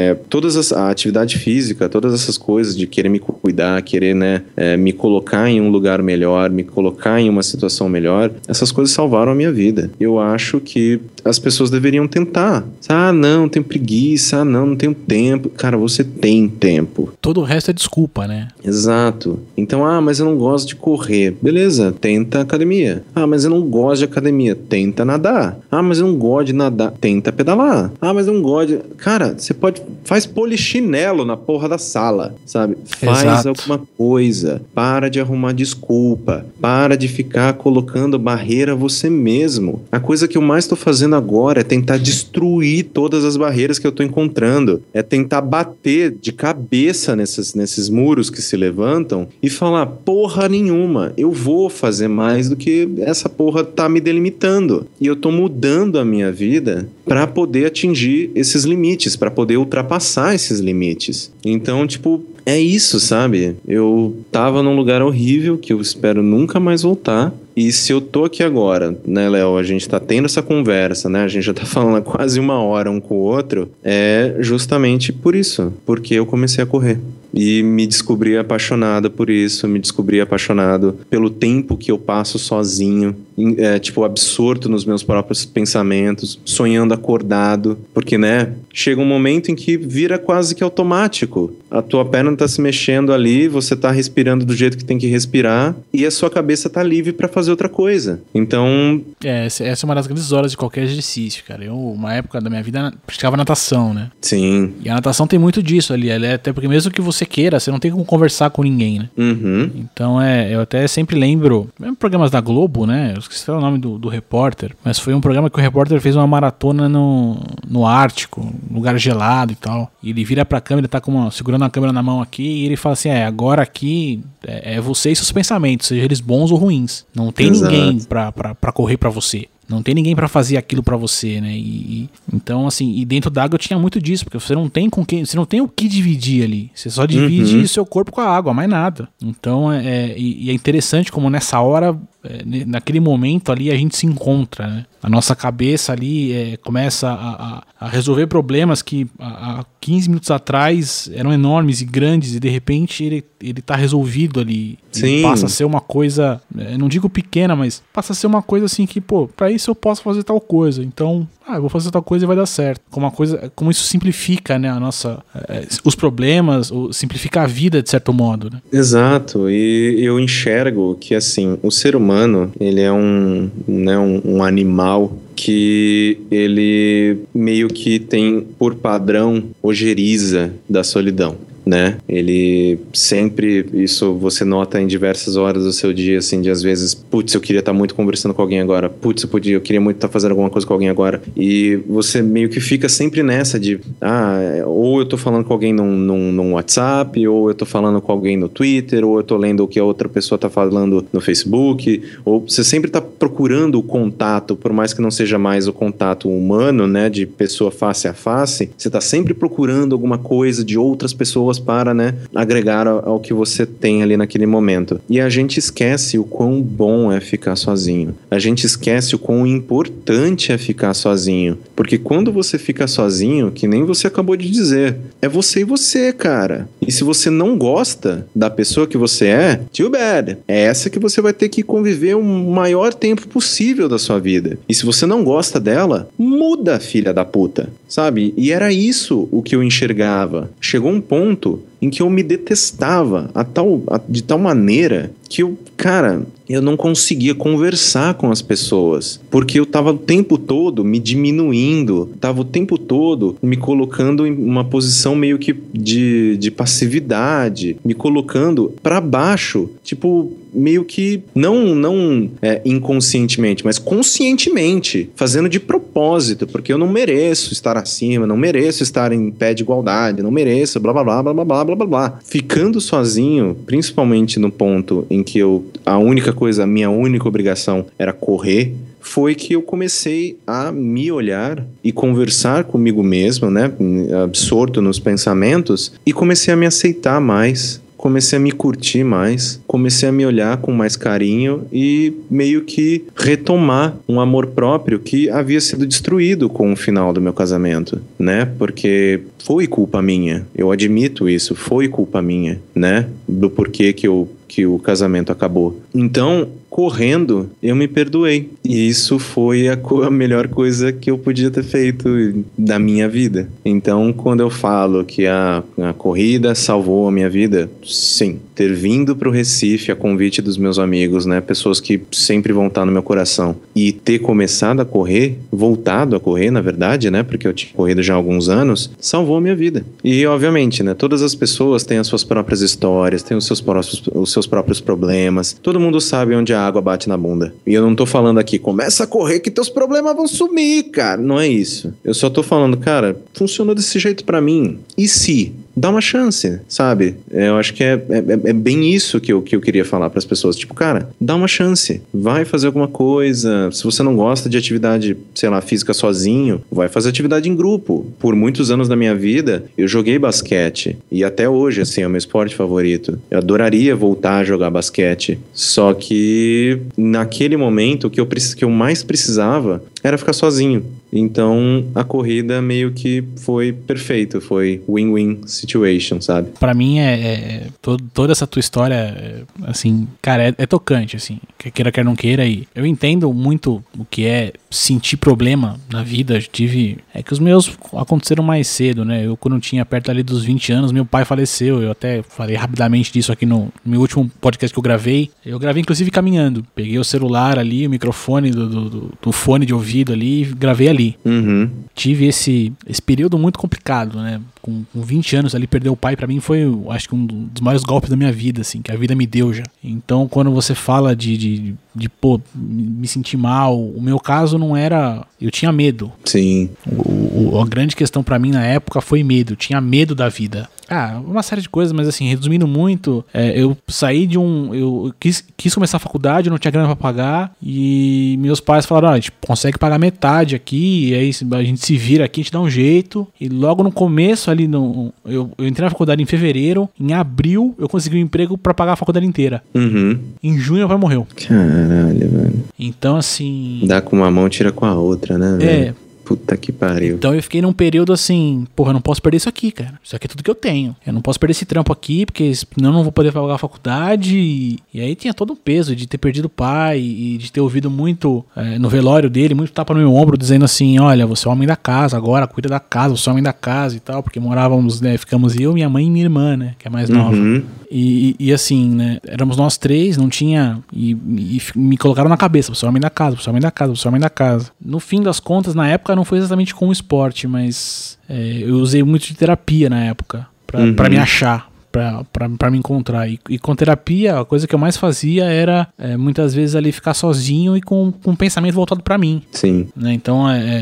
a atividade física, todas essas coisas de querer me cuidar, querer, né, me colocar em um lugar melhor, me colocar em uma situação melhor, essas coisas salvaram a minha vida. Eu acho que as pessoas deveriam tentar. Ah, não, tenho preguiça, ah, não tenho tempo. Cara, você tem tempo. Todo o resto é desculpa, né? Exato. Então, mas eu não gosto de correr. Beleza, tenta academia. Ah, mas eu não gosto de academia. Tenta nadar. Ah, mas eu não gosto de nadar. Tenta pedalar. Ah, mas eu não gosto de... Cara, você faz polichinelo na porra da sala, sabe? Faz alguma coisa. Para de arrumar desculpa. Para de ficar colocando barreira você mesmo. A coisa que eu mais tô fazendo agora é tentar destruir todas as barreiras que eu tô encontrando. É tentar bater de cabeça nesses muros que se levantam e falar, porra nenhuma, eu vou fazer mais do que essa porra tá me delimitando. E eu tô mudando a minha vida para poder atingir esses limites, para poder ultrapassar esses limites. Então, tipo, é isso, sabe? Eu tava num lugar horrível que eu espero nunca mais voltar. E se eu tô aqui agora, né, Léo, a gente tá tendo essa conversa, né, a gente já tá falando há quase 1 hora um com o outro, é justamente por isso, porque eu comecei a correr. E me descobri apaixonado por isso, me descobri apaixonado pelo tempo que eu passo sozinho, tipo, absorto nos meus próprios pensamentos, sonhando acordado, porque, né, chega um momento em que vira quase que automático. A tua perna tá se mexendo ali, você tá respirando do jeito que tem que respirar, e a sua cabeça tá livre pra fazer outra coisa. Então... essa é uma das grandes horas de qualquer exercício, cara. Eu, uma época da minha vida, praticava natação, né? Sim. E a natação tem muito disso ali, até porque mesmo que você queira, você não tem como conversar com ninguém, né? Uhum. Então, eu até sempre lembro, mesmo programas da Globo, né? Eu esqueci o nome do repórter, mas foi um programa que o repórter fez uma maratona no Ártico, lugar gelado e tal. E ele vira pra câmera, tá segurando a câmera na mão aqui, e ele fala assim, agora aqui é você e seus pensamentos, sejam eles bons ou ruins. Não tem ninguém pra correr pra você. Não tem ninguém pra fazer aquilo pra você, né? Então, assim, e dentro d'água eu tinha muito disso, porque você não tem você não tem o que dividir ali. Você só divide o seu corpo com a água, mais nada. Então, é interessante como nessa hora, naquele momento ali, a gente se encontra, né? A nossa cabeça ali começa a resolver problemas que há 15 minutos atrás eram enormes e grandes, e de repente ele tá resolvido ali. Sim. Passa a ser uma coisa, não digo pequena, mas passa a ser uma coisa assim que, pô, pra isso eu posso fazer tal coisa. Então, eu vou fazer tal coisa e vai dar certo. Como isso simplifica, né, os problemas, simplifica a vida de certo modo, né? Exato, e eu enxergo que, assim, o ser humano, ele é um animal que ele meio que tem, por padrão, ojeriza da solidão, né? Ele sempre, isso você nota em diversas horas do seu dia, assim, de às vezes, putz, eu queria estar muito conversando com alguém agora, putz, eu queria muito estar fazendo alguma coisa com alguém agora, e você meio que fica sempre nessa de, ou eu tô falando com alguém num WhatsApp, ou eu tô falando com alguém no Twitter, ou eu tô lendo o que a outra pessoa tá falando no Facebook, ou você sempre tá procurando o contato, por mais que não seja mais o contato humano, né, de pessoa face a face, você tá sempre procurando alguma coisa de outras pessoas pessoas para, né, agregar ao que você tem ali naquele momento. E a gente esquece o quão bom é ficar sozinho. A gente esquece o quão importante é ficar sozinho. Porque quando você fica sozinho, que nem você acabou de dizer, é você e você, cara. E se você não gosta da pessoa que você é, too bad. É essa que você vai ter que conviver o maior tempo possível da sua vida. E se você não gosta dela, muda, filha da puta, sabe? E era isso o que eu enxergava. Chegou um ponto em que eu me detestava de tal maneira que eu não conseguia conversar com as pessoas, porque eu tava o tempo todo me diminuindo, tava o tempo todo me colocando em uma posição meio que de passividade, me colocando pra baixo, tipo, meio que não inconscientemente, mas conscientemente, fazendo de propósito, porque eu não mereço estar acima, não mereço estar em pé de igualdade, não mereço, blá blá blá blá blá blá blá blá blá. Ficando sozinho, principalmente no ponto em que a minha única obrigação era correr, foi que eu comecei a me olhar e conversar comigo mesmo, né, absorto nos pensamentos, e comecei a me aceitar mais, comecei a me curtir mais, comecei a me olhar com mais carinho e meio que retomar um amor próprio que havia sido destruído com o final do meu casamento, né? Porque foi culpa minha, eu admito isso, foi culpa minha, né? Do porquê que o casamento acabou. Então, correndo, eu me perdoei. E isso foi a melhor coisa que eu podia ter feito da minha vida. Então, quando eu falo que a corrida salvou a minha vida, sim. Ter vindo para o Recife a convite dos meus amigos, né? Pessoas que sempre vão estar no meu coração. E ter começado a correr, voltado a correr, na verdade, né? Porque eu tinha corrido já há alguns anos, salvou a minha vida. E, obviamente, né? Todas as pessoas têm as suas próprias histórias, têm os seus próprios problemas. Todo mundo sabe onde a água bate na bunda. E eu não tô falando aqui, começa a correr que teus problemas vão sumir, cara. Não é isso. Eu só tô falando, cara, funcionou desse jeito pra mim. E se? Dá uma chance, sabe? Eu acho que é bem isso que eu queria falar pras pessoas. Tipo, cara, dá uma chance. Vai fazer alguma coisa. Se você não gosta de atividade, sei lá, física sozinho, vai fazer atividade em grupo. Por muitos anos da minha vida, eu joguei basquete. E até hoje, assim, é o meu esporte favorito. Eu adoraria voltar a jogar basquete. Só que, naquele momento, o que eu mais precisava era ficar sozinho. Então, a corrida meio que foi perfeito, foi win-win situation, sabe? Pra mim, toda essa tua história, assim, cara, é tocante, assim, queira, quer não queira, e eu entendo muito o que é sentir problema na vida. É que os meus aconteceram mais cedo, né? Eu, quando tinha perto ali dos 20 anos, meu pai faleceu. Eu até falei rapidamente disso aqui no meu último podcast que eu gravei. Eu gravei, inclusive, caminhando. Peguei o celular ali, o microfone do fone de ouvido ali e gravei ali. Uhum. Tive esse período muito complicado, né? Com 20 anos ali, perder o pai pra mim foi, acho que um dos maiores golpes da minha vida, assim, que a vida me deu já. Então, quando você fala de pô, me sentir mal, o meu caso não era... Eu tinha medo. Sim. A grande questão pra mim na época foi medo. Eu tinha medo da vida. Uma série de coisas, mas assim, resumindo muito, eu saí de eu quis começar a faculdade, não tinha grana pra pagar, e meus pais falaram, a gente consegue pagar metade aqui, e aí a gente se vira aqui, a gente dá um jeito. E logo no começo ali, eu entrei na faculdade em fevereiro, em abril eu consegui um emprego pra pagar a faculdade inteira. Uhum. Em junho meu pai morreu. Caralho, velho. Então assim... Dá com uma mão, tira com a outra, né, velho? Puta que pariu. Então eu fiquei num período assim, porra, eu não posso perder isso aqui, cara. Isso aqui é tudo que eu tenho. Eu não posso perder esse trampo aqui, porque senão eu não vou poder pagar a faculdade. E aí tinha todo um peso de ter perdido o pai e de ter ouvido muito no velório dele, muito tapa no meu ombro, dizendo assim, olha, você é o homem da casa agora, cuida da casa, você é o homem da casa e tal, porque morávamos, né, ficamos eu, minha mãe e minha irmã, né, que é mais nova. Uhum. E assim, né, éramos nós três, não tinha... E me colocaram na cabeça, você é o homem da casa, você é o homem da casa, você é o homem da casa. No fim das contas, na época, não foi exatamente com o esporte, mas eu usei muito de terapia na época, pra me achar, pra me encontrar. E com terapia, a coisa que eu mais fazia era, muitas vezes, ali ficar sozinho e com um pensamento voltado pra mim. Sim. Né? Então,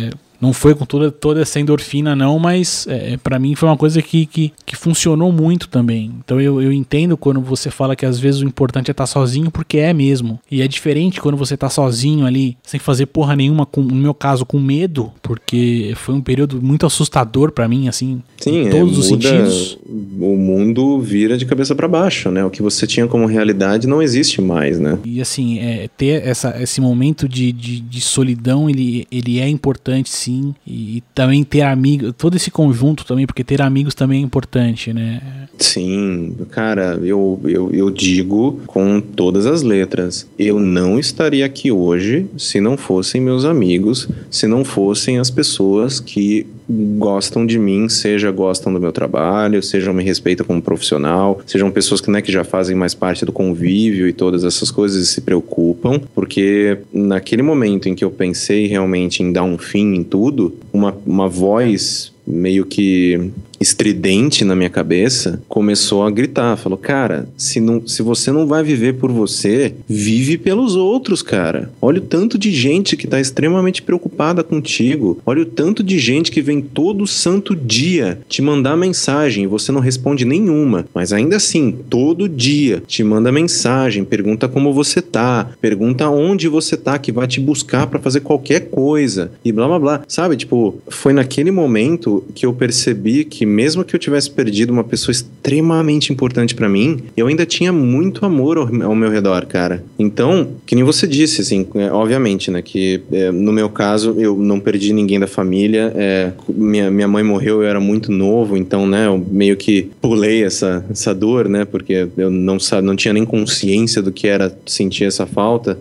Não foi com toda essa endorfina, não, mas pra mim foi uma coisa que funcionou muito também. Então eu entendo quando você fala que às vezes o importante é estar sozinho, porque é mesmo. E é diferente quando você tá sozinho ali, sem fazer porra nenhuma, no meu caso, com medo, porque foi um período muito assustador pra mim, assim, sim, em todos os sentidos. O mundo vira de cabeça pra baixo, né? O que você tinha como realidade não existe mais, né? E assim, ter esse momento de solidão, ele é importante, sim. E também ter amigos, todo esse conjunto também, porque ter amigos também é importante, né? Sim, cara, eu digo com todas as letras, eu não estaria aqui hoje se não fossem meus amigos, se não fossem as pessoas que gostam de mim, seja gostam do meu trabalho, sejam me respeitam como profissional, sejam pessoas que, né, que já fazem mais parte do convívio e todas essas coisas e se preocupam, porque naquele momento em que eu pensei realmente em dar um fim em tudo, uma voz meio que estridente na minha cabeça começou a gritar, falou, cara, se você não vai viver por você, vive pelos outros, cara. Olha o tanto de gente que tá extremamente preocupada contigo, olha o tanto de gente que vem todo santo dia te mandar mensagem e você não responde nenhuma, mas ainda assim, todo dia te manda mensagem, pergunta como você tá, pergunta onde você tá, que vai te buscar pra fazer qualquer coisa e blá blá blá, sabe? Tipo, foi naquele momento que eu percebi que mesmo que eu tivesse perdido uma pessoa extremamente importante pra mim, eu ainda tinha muito amor ao meu redor, cara. Então, que nem você disse, assim, obviamente, né, que no meu caso, eu não perdi ninguém da família, minha mãe morreu, eu era muito novo, então, né, eu meio que pulei essa dor, né, porque eu não tinha nem consciência do que era sentir essa falta,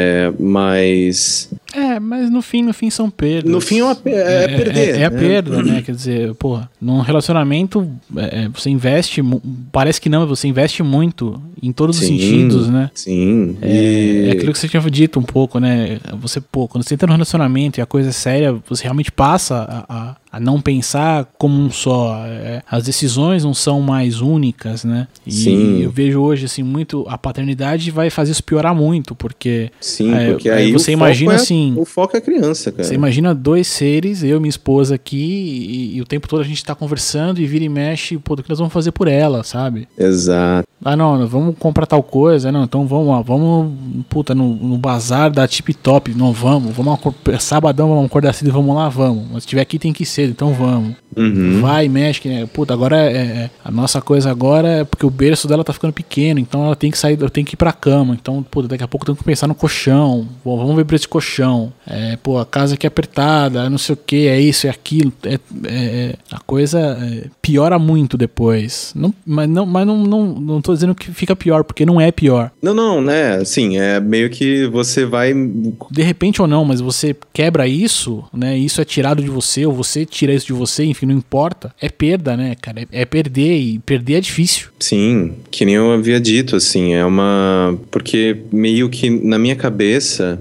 mas no fim são perdas. No fim perder. É a perda, né? Quer dizer, porra, num relacionamento você investe, parece que não, você investe muito em todos os sentidos, né? Sim. É aquilo que você tinha dito um pouco, né? Quando você entra num relacionamento e a coisa é séria, você realmente passa a não pensar como um só. As decisões não são mais únicas, né? E eu vejo hoje, assim, muito a paternidade vai fazer isso piorar muito, porque... Sim, porque aí você imagina assim... O foco é a criança, cara. Você imagina dois seres, eu e minha esposa aqui, e o tempo todo a gente tá conversando e vira e mexe, pô, do que nós vamos fazer por ela, sabe? Exato. Não, vamos comprar tal coisa, não, então vamos puta, no bazar da Tip Top, não, vamos sabadão, vamos acordar cedo e vamos lá, vamos, mas se tiver aqui tem que ir cedo, então vamos. Vai, mexe, né? Puta, agora a nossa coisa agora é porque o berço dela tá ficando pequeno, então ela tem que sair, eu tenho que ir pra cama, então, puta, daqui a pouco eu tenho que pensar no colchão, vamos ver pra esse colchão, a casa aqui é apertada, não sei o que, é isso, é aquilo, a coisa piora muito depois, mas não tô dizendo que fica pior, porque não é pior. Não, né, assim, é meio que você vai... De repente ou não, mas você quebra isso, né, isso é tirado de você, ou você tira isso de você, enfim, não importa, é perda, né, cara, é perder, e perder é difícil. Sim, que nem eu havia dito, assim, porque meio que na minha cabeça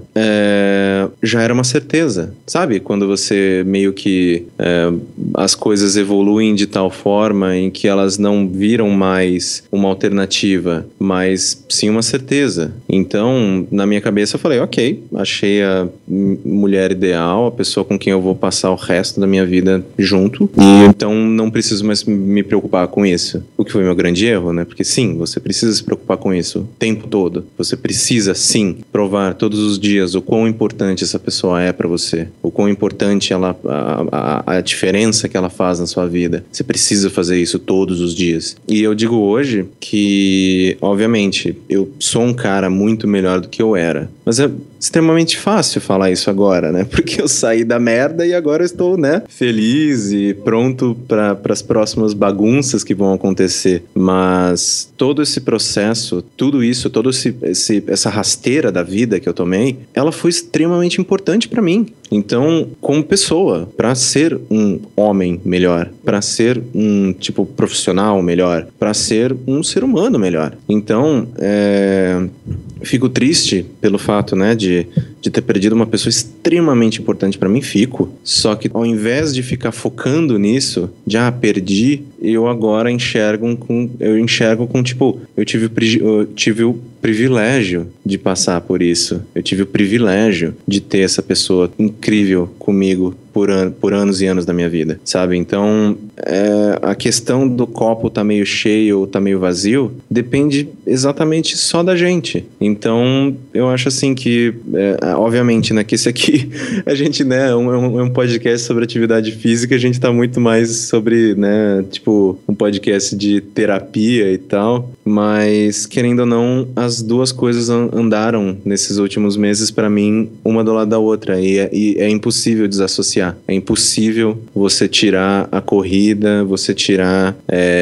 já era uma certeza, sabe? Quando você meio que as coisas evoluem de tal forma em que elas não viram mais uma alternativa, mas sim uma certeza. Então, na minha cabeça eu falei, ok, achei a mulher ideal, a pessoa com quem eu vou passar o resto da minha vida junto, e então não preciso mais me preocupar com isso. O que foi meu grande erro, né? Porque sim, você precisa se preocupar com isso o tempo todo. Você precisa, sim, provar todos os dias o quão importante essa pessoa é pra você, o quão importante a diferença que ela faz na sua vida. Você precisa fazer isso todos os dias. E eu digo hoje que, obviamente, eu sou um cara muito melhor do que eu era, mas é extremamente fácil falar isso agora, né? Porque eu saí da merda e agora eu estou, né, feliz e pronto para as próximas bagunças que vão acontecer. Mas todo esse processo, tudo isso, essa rasteira da vida que eu tomei, ela foi extremamente importante para mim. Então, como pessoa, para ser um homem melhor, para ser um tipo profissional melhor, para ser um ser humano melhor. Então, fico triste pelo fato, né, de ter perdido uma pessoa extremamente importante para mim, só que ao invés de ficar focando nisso, perdi, eu agora enxergo com tipo, eu tive o privilégio de passar por isso, eu tive o privilégio de ter essa pessoa incrível comigo por anos e anos da minha vida, sabe? Então, a questão do copo tá meio cheio ou tá meio vazio depende exatamente só da gente. Então, eu acho assim que, obviamente, né, que esse aqui, a gente, né, é um podcast sobre atividade física, a gente tá muito mais sobre, né, tipo, um podcast de terapia e tal, mas, querendo ou não, as duas coisas andaram nesses últimos meses pra mim, uma do lado da outra, e é impossível desassociar, é impossível você tirar a corrida, você tirar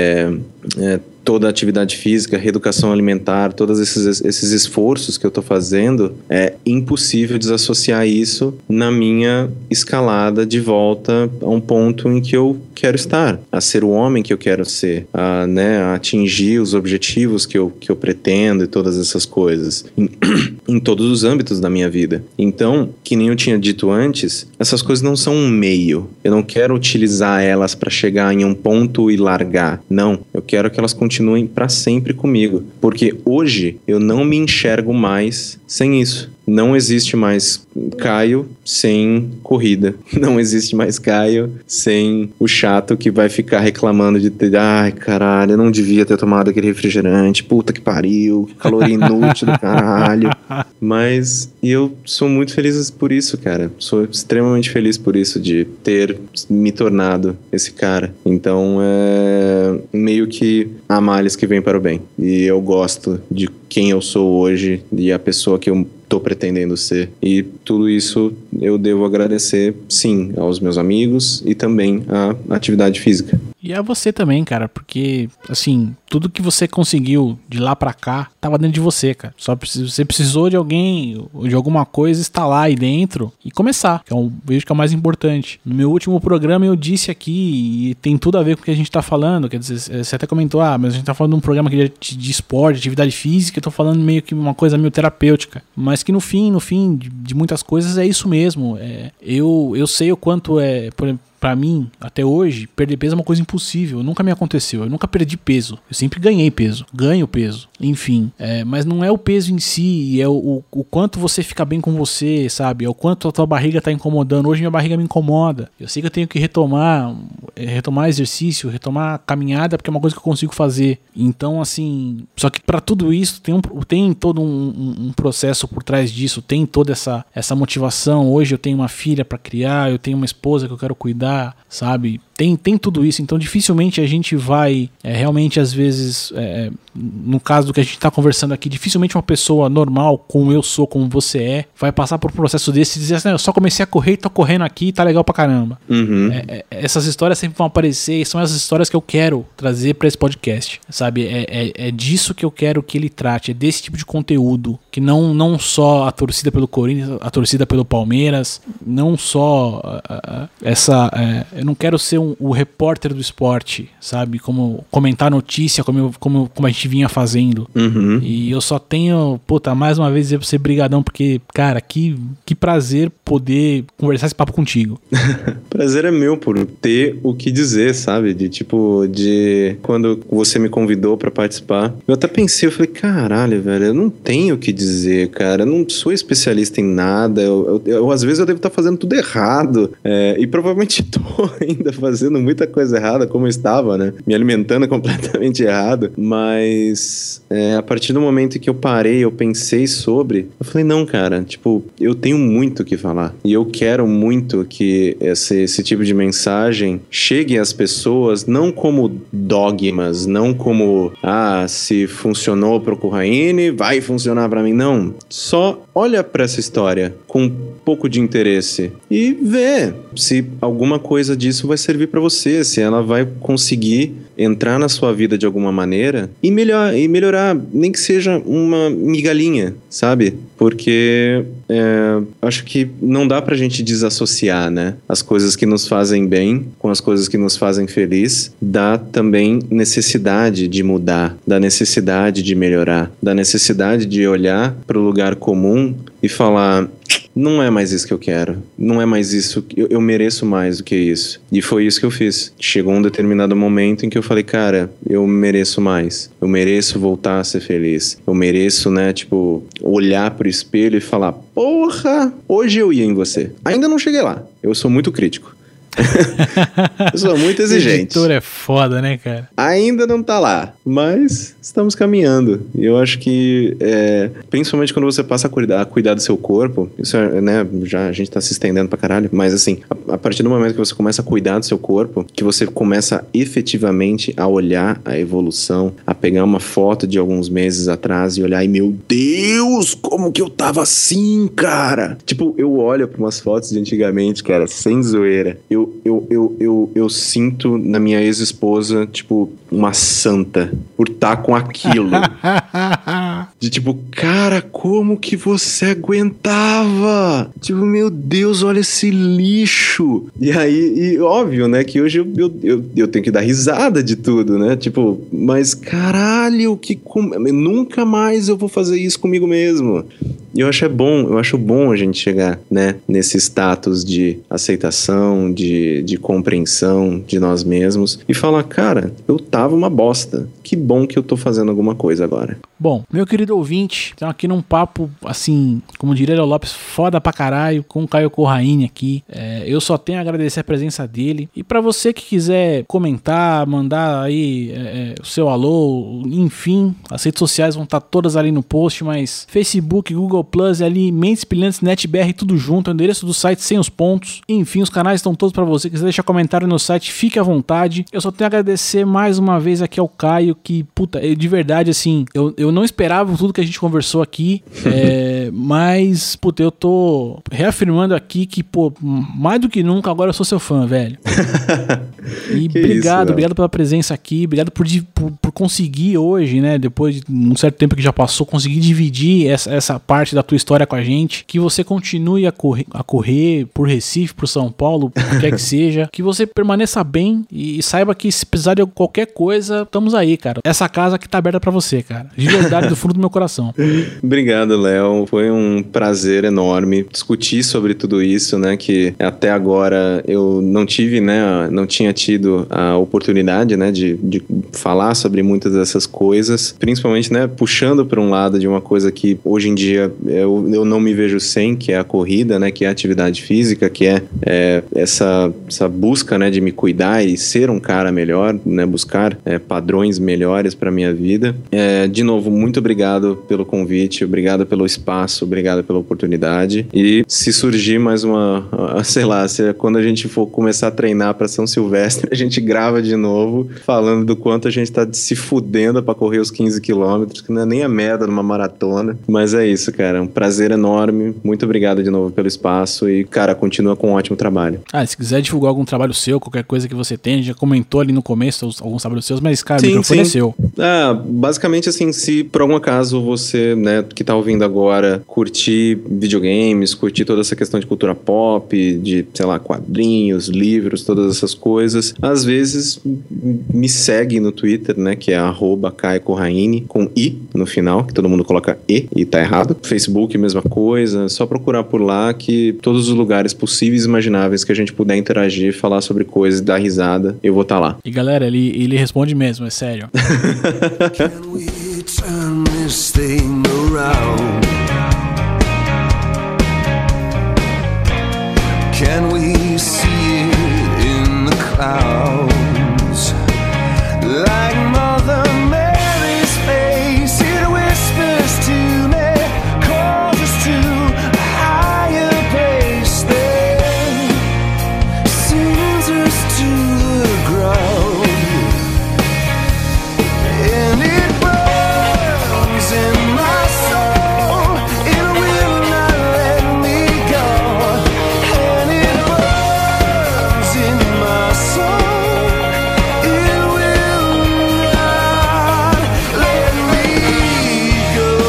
toda a atividade física, reeducação alimentar, todos esses esforços que eu tô fazendo, é impossível desassociar isso na minha escalada de volta a um ponto em que eu quero estar, a ser o homem que eu quero ser, a atingir os objetivos que eu pretendo e todas essas coisas, em todos os âmbitos da minha vida. Então, que nem eu tinha dito antes, essas coisas não são um meio, eu não quero utilizar elas para chegar em um ponto e largar, não, eu quero que elas continuem para sempre comigo, porque hoje eu não me enxergo mais sem isso. Não existe mais Caio sem corrida. Não existe mais Caio sem o chato que vai ficar reclamando de ter... Ai, caralho, eu não devia ter tomado aquele refrigerante. Puta que pariu. Caloria inútil do caralho. Mas eu sou muito feliz por isso, cara. Sou extremamente feliz por isso, de ter me tornado esse cara. Então, meio que há males que vêm para o bem. E eu gosto de quem eu sou hoje e a pessoa que eu tô pretendendo ser. E tudo isso eu devo agradecer, sim, aos meus amigos e também à atividade física. E a você também, cara, porque, assim, tudo que você conseguiu de lá pra cá tava dentro de você, cara. Só você precisou de alguém, ou de alguma coisa, estar lá aí dentro e começar, que vejo que é o mais importante. No meu último programa eu disse aqui, e tem tudo a ver com o que a gente tá falando, quer dizer, você até comentou, mas a gente tá falando de um programa aqui de esporte, de atividade física, eu tô falando meio que uma coisa meio terapêutica, mas que no fim de muitas coisas é isso mesmo. Eu sei o quanto por exemplo, pra mim, até hoje, perder peso é uma coisa impossível. Nunca me aconteceu. Eu nunca perdi peso. Eu sempre ganhei peso. Ganho peso. Enfim. Mas não é o peso em si. É o quanto você fica bem com você, sabe? É o quanto a tua barriga tá incomodando. Hoje minha barriga me incomoda. Eu sei que eu tenho que retomar exercício, retomar caminhada, porque é uma coisa que eu consigo fazer. Então, assim... Só que pra tudo isso, tem todo um processo por trás disso. Tem toda essa motivação. Hoje eu tenho uma filha pra criar. Eu tenho uma esposa que eu quero cuidar, sabe? Tem tudo isso, então dificilmente a gente vai realmente, às vezes, no caso do que a gente está conversando aqui, dificilmente uma pessoa normal, como eu sou, como você vai passar por um processo desse e dizer assim, eu só comecei a correr e tô correndo aqui e tá legal pra caramba. Uhum. Essas histórias sempre vão aparecer e são essas histórias que eu quero trazer pra esse podcast, sabe? É disso que eu quero que ele trate, é desse tipo de conteúdo, que não só a torcida pelo Corinthians, a torcida pelo Palmeiras, não só eu não quero ser o repórter do esporte, sabe? Como comentar notícia, como a gente vinha fazendo. Uhum. E eu só tenho, mais uma vez dizer pra você brigadão, porque, cara, que prazer poder conversar esse papo contigo. Prazer é meu por ter o que dizer, sabe? De quando você me convidou pra participar, eu até pensei, eu falei, caralho, velho, eu não tenho o que dizer, cara, eu não sou especialista em nada, eu às vezes eu devo estar fazendo tudo errado, e provavelmente tô ainda fazendo muita coisa errada, como eu estava, né? Me alimentando completamente errado. Mas a partir do momento que eu parei, eu pensei sobre, eu falei, não, cara, eu tenho muito o que falar. E eu quero muito que esse tipo de mensagem chegue às pessoas, não como dogmas, não como, se funcionou pro Corraine, vai funcionar pra mim. Não. Só olha pra essa história com um pouco de interesse e vê se alguma coisa disso vai servir pra você, se ela vai conseguir entrar na sua vida de alguma maneira e melhorar, nem que seja uma migalhinha, sabe? Porque acho que não dá pra gente desassociar, né? As coisas que nos fazem bem com as coisas que nos fazem feliz. Dá também necessidade de mudar, da necessidade de melhorar, da necessidade de olhar pro lugar comum e falar: não é mais isso que eu quero, não é mais isso, eu mereço mais do que isso. E foi isso que eu fiz. Chegou um determinado momento em que eu falei: cara, eu mereço mais, eu mereço voltar a ser feliz, eu mereço, né, tipo, olhar pro espelho e falar: porra, hoje eu ia em você. Ainda não cheguei lá, eu sou muito crítico. Eu sou muito exigente. O editor é foda, né, cara? Ainda não tá lá, mas estamos caminhando. E eu acho que, principalmente quando você passa a cuidar do seu corpo, isso é, né, já a gente tá se estendendo pra caralho, mas assim, a partir do momento que você começa a cuidar do seu corpo, que você começa efetivamente a olhar a evolução, a pegar uma foto de alguns meses atrás e olhar e, meu Deus, como que eu tava assim, cara? Tipo, eu olho pra umas fotos de antigamente, cara, sem zoeira. Eu sinto na minha ex-esposa, tipo, uma santa por estar com aquilo. De tipo, cara, como que você aguentava? Tipo, meu Deus, olha esse lixo. E aí, óbvio, né, que hoje eu tenho que dar risada de tudo, né? Tipo, mas caralho, nunca mais eu vou fazer isso comigo mesmo. E eu acho bom a gente chegar, né, nesse status de aceitação, de compreensão de nós mesmos e falar: cara, eu tava uma bosta. Que bom que eu tô fazendo alguma coisa agora. Bom, meu querido ouvinte, estamos aqui num papo, assim, como diria Léo Lopes, foda pra caralho, com o Caio Corraine aqui. Eu só tenho a agradecer a presença dele. E pra você que quiser comentar, mandar aí o seu alô, enfim, as redes sociais vão estar todas ali no post, mas Facebook, Google Plus, ali, Mentes Brilhantes, NetBR, tudo junto, é o endereço do site sem os pontos. Enfim, os canais estão todos pra você. Se quiser deixar comentário no site, fique à vontade. Eu só tenho a agradecer mais uma vez aqui ao Caio, que, puta, de verdade, assim, eu não esperava tudo que a gente conversou aqui, mas, puta, eu tô reafirmando aqui que, pô, mais do que nunca, agora eu sou seu fã, velho. E obrigado pela presença aqui, obrigado por conseguir hoje, né, depois de um certo tempo que já passou, conseguir dividir essa parte da tua história com a gente, que você continue a correr por Recife, por São Paulo, por quer que seja, que você permaneça bem e saiba que se precisar de qualquer coisa, estamos aí, cara. Essa casa aqui tá aberta pra você, cara. De verdade, do fundo do meu coração. Obrigado, Léo. Foi um prazer enorme discutir sobre tudo isso, né, que até agora eu não tinha tido a oportunidade, né, de falar sobre muitas dessas coisas, principalmente, né, puxando para um lado de uma coisa que hoje em dia eu não me vejo sem, que é a corrida, né, que é a atividade física, que é essa busca, né, de me cuidar e ser um cara melhor, né, buscar padrões melhores para minha vida. De novo, muito obrigado pelo convite, obrigado pelo espaço, obrigado pela oportunidade. E se surgir mais quando a gente for começar a treinar para São Silvestre, a gente grava de novo, falando do quanto a gente tá se fudendo para correr os 15 quilômetros, que não é nem a merda numa maratona. Mas é isso, cara, um prazer enorme. Muito obrigado de novo pelo espaço e, cara, continua com um ótimo trabalho. Se quiser divulgar algum trabalho seu, qualquer coisa que você tenha, já comentou ali no começo alguns trabalhos seus, mas, cara, o microfone é seu. Basicamente, assim, se por algum acaso você, né, que tá ouvindo agora, curtir videogames, curtir toda essa questão de cultura pop, de, sei lá, quadrinhos, livros, todas essas coisas, às vezes me segue no Twitter, né, que é @CaioCorraine, com I no final, que todo mundo coloca e tá errado. Facebook, mesma coisa, só procurar por lá, que todos os lugares possíveis e imagináveis que a gente puder interagir, falar sobre coisas, dar risada, eu vou estar lá. E galera, ele responde mesmo, é sério. Can we turn this thing around? Can we see it in the clouds? Like Mother Mary's face, it whispers to me, calls us to a higher place, then sends us to the ground. And it burns in my soul, it will not let me go. And it burns in my soul, it will not let me go.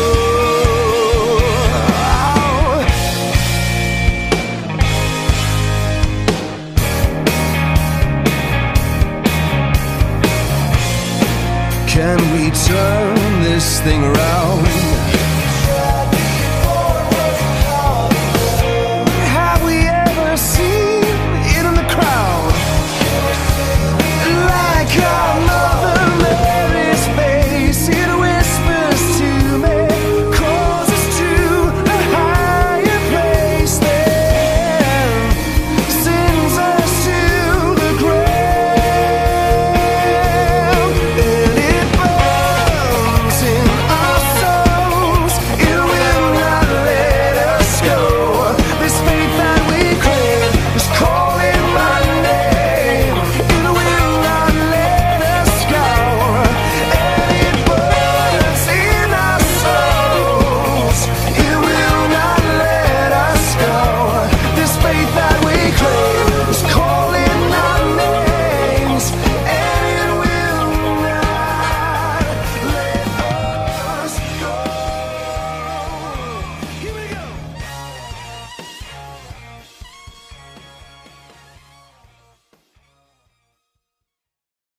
Can we turn this thing around?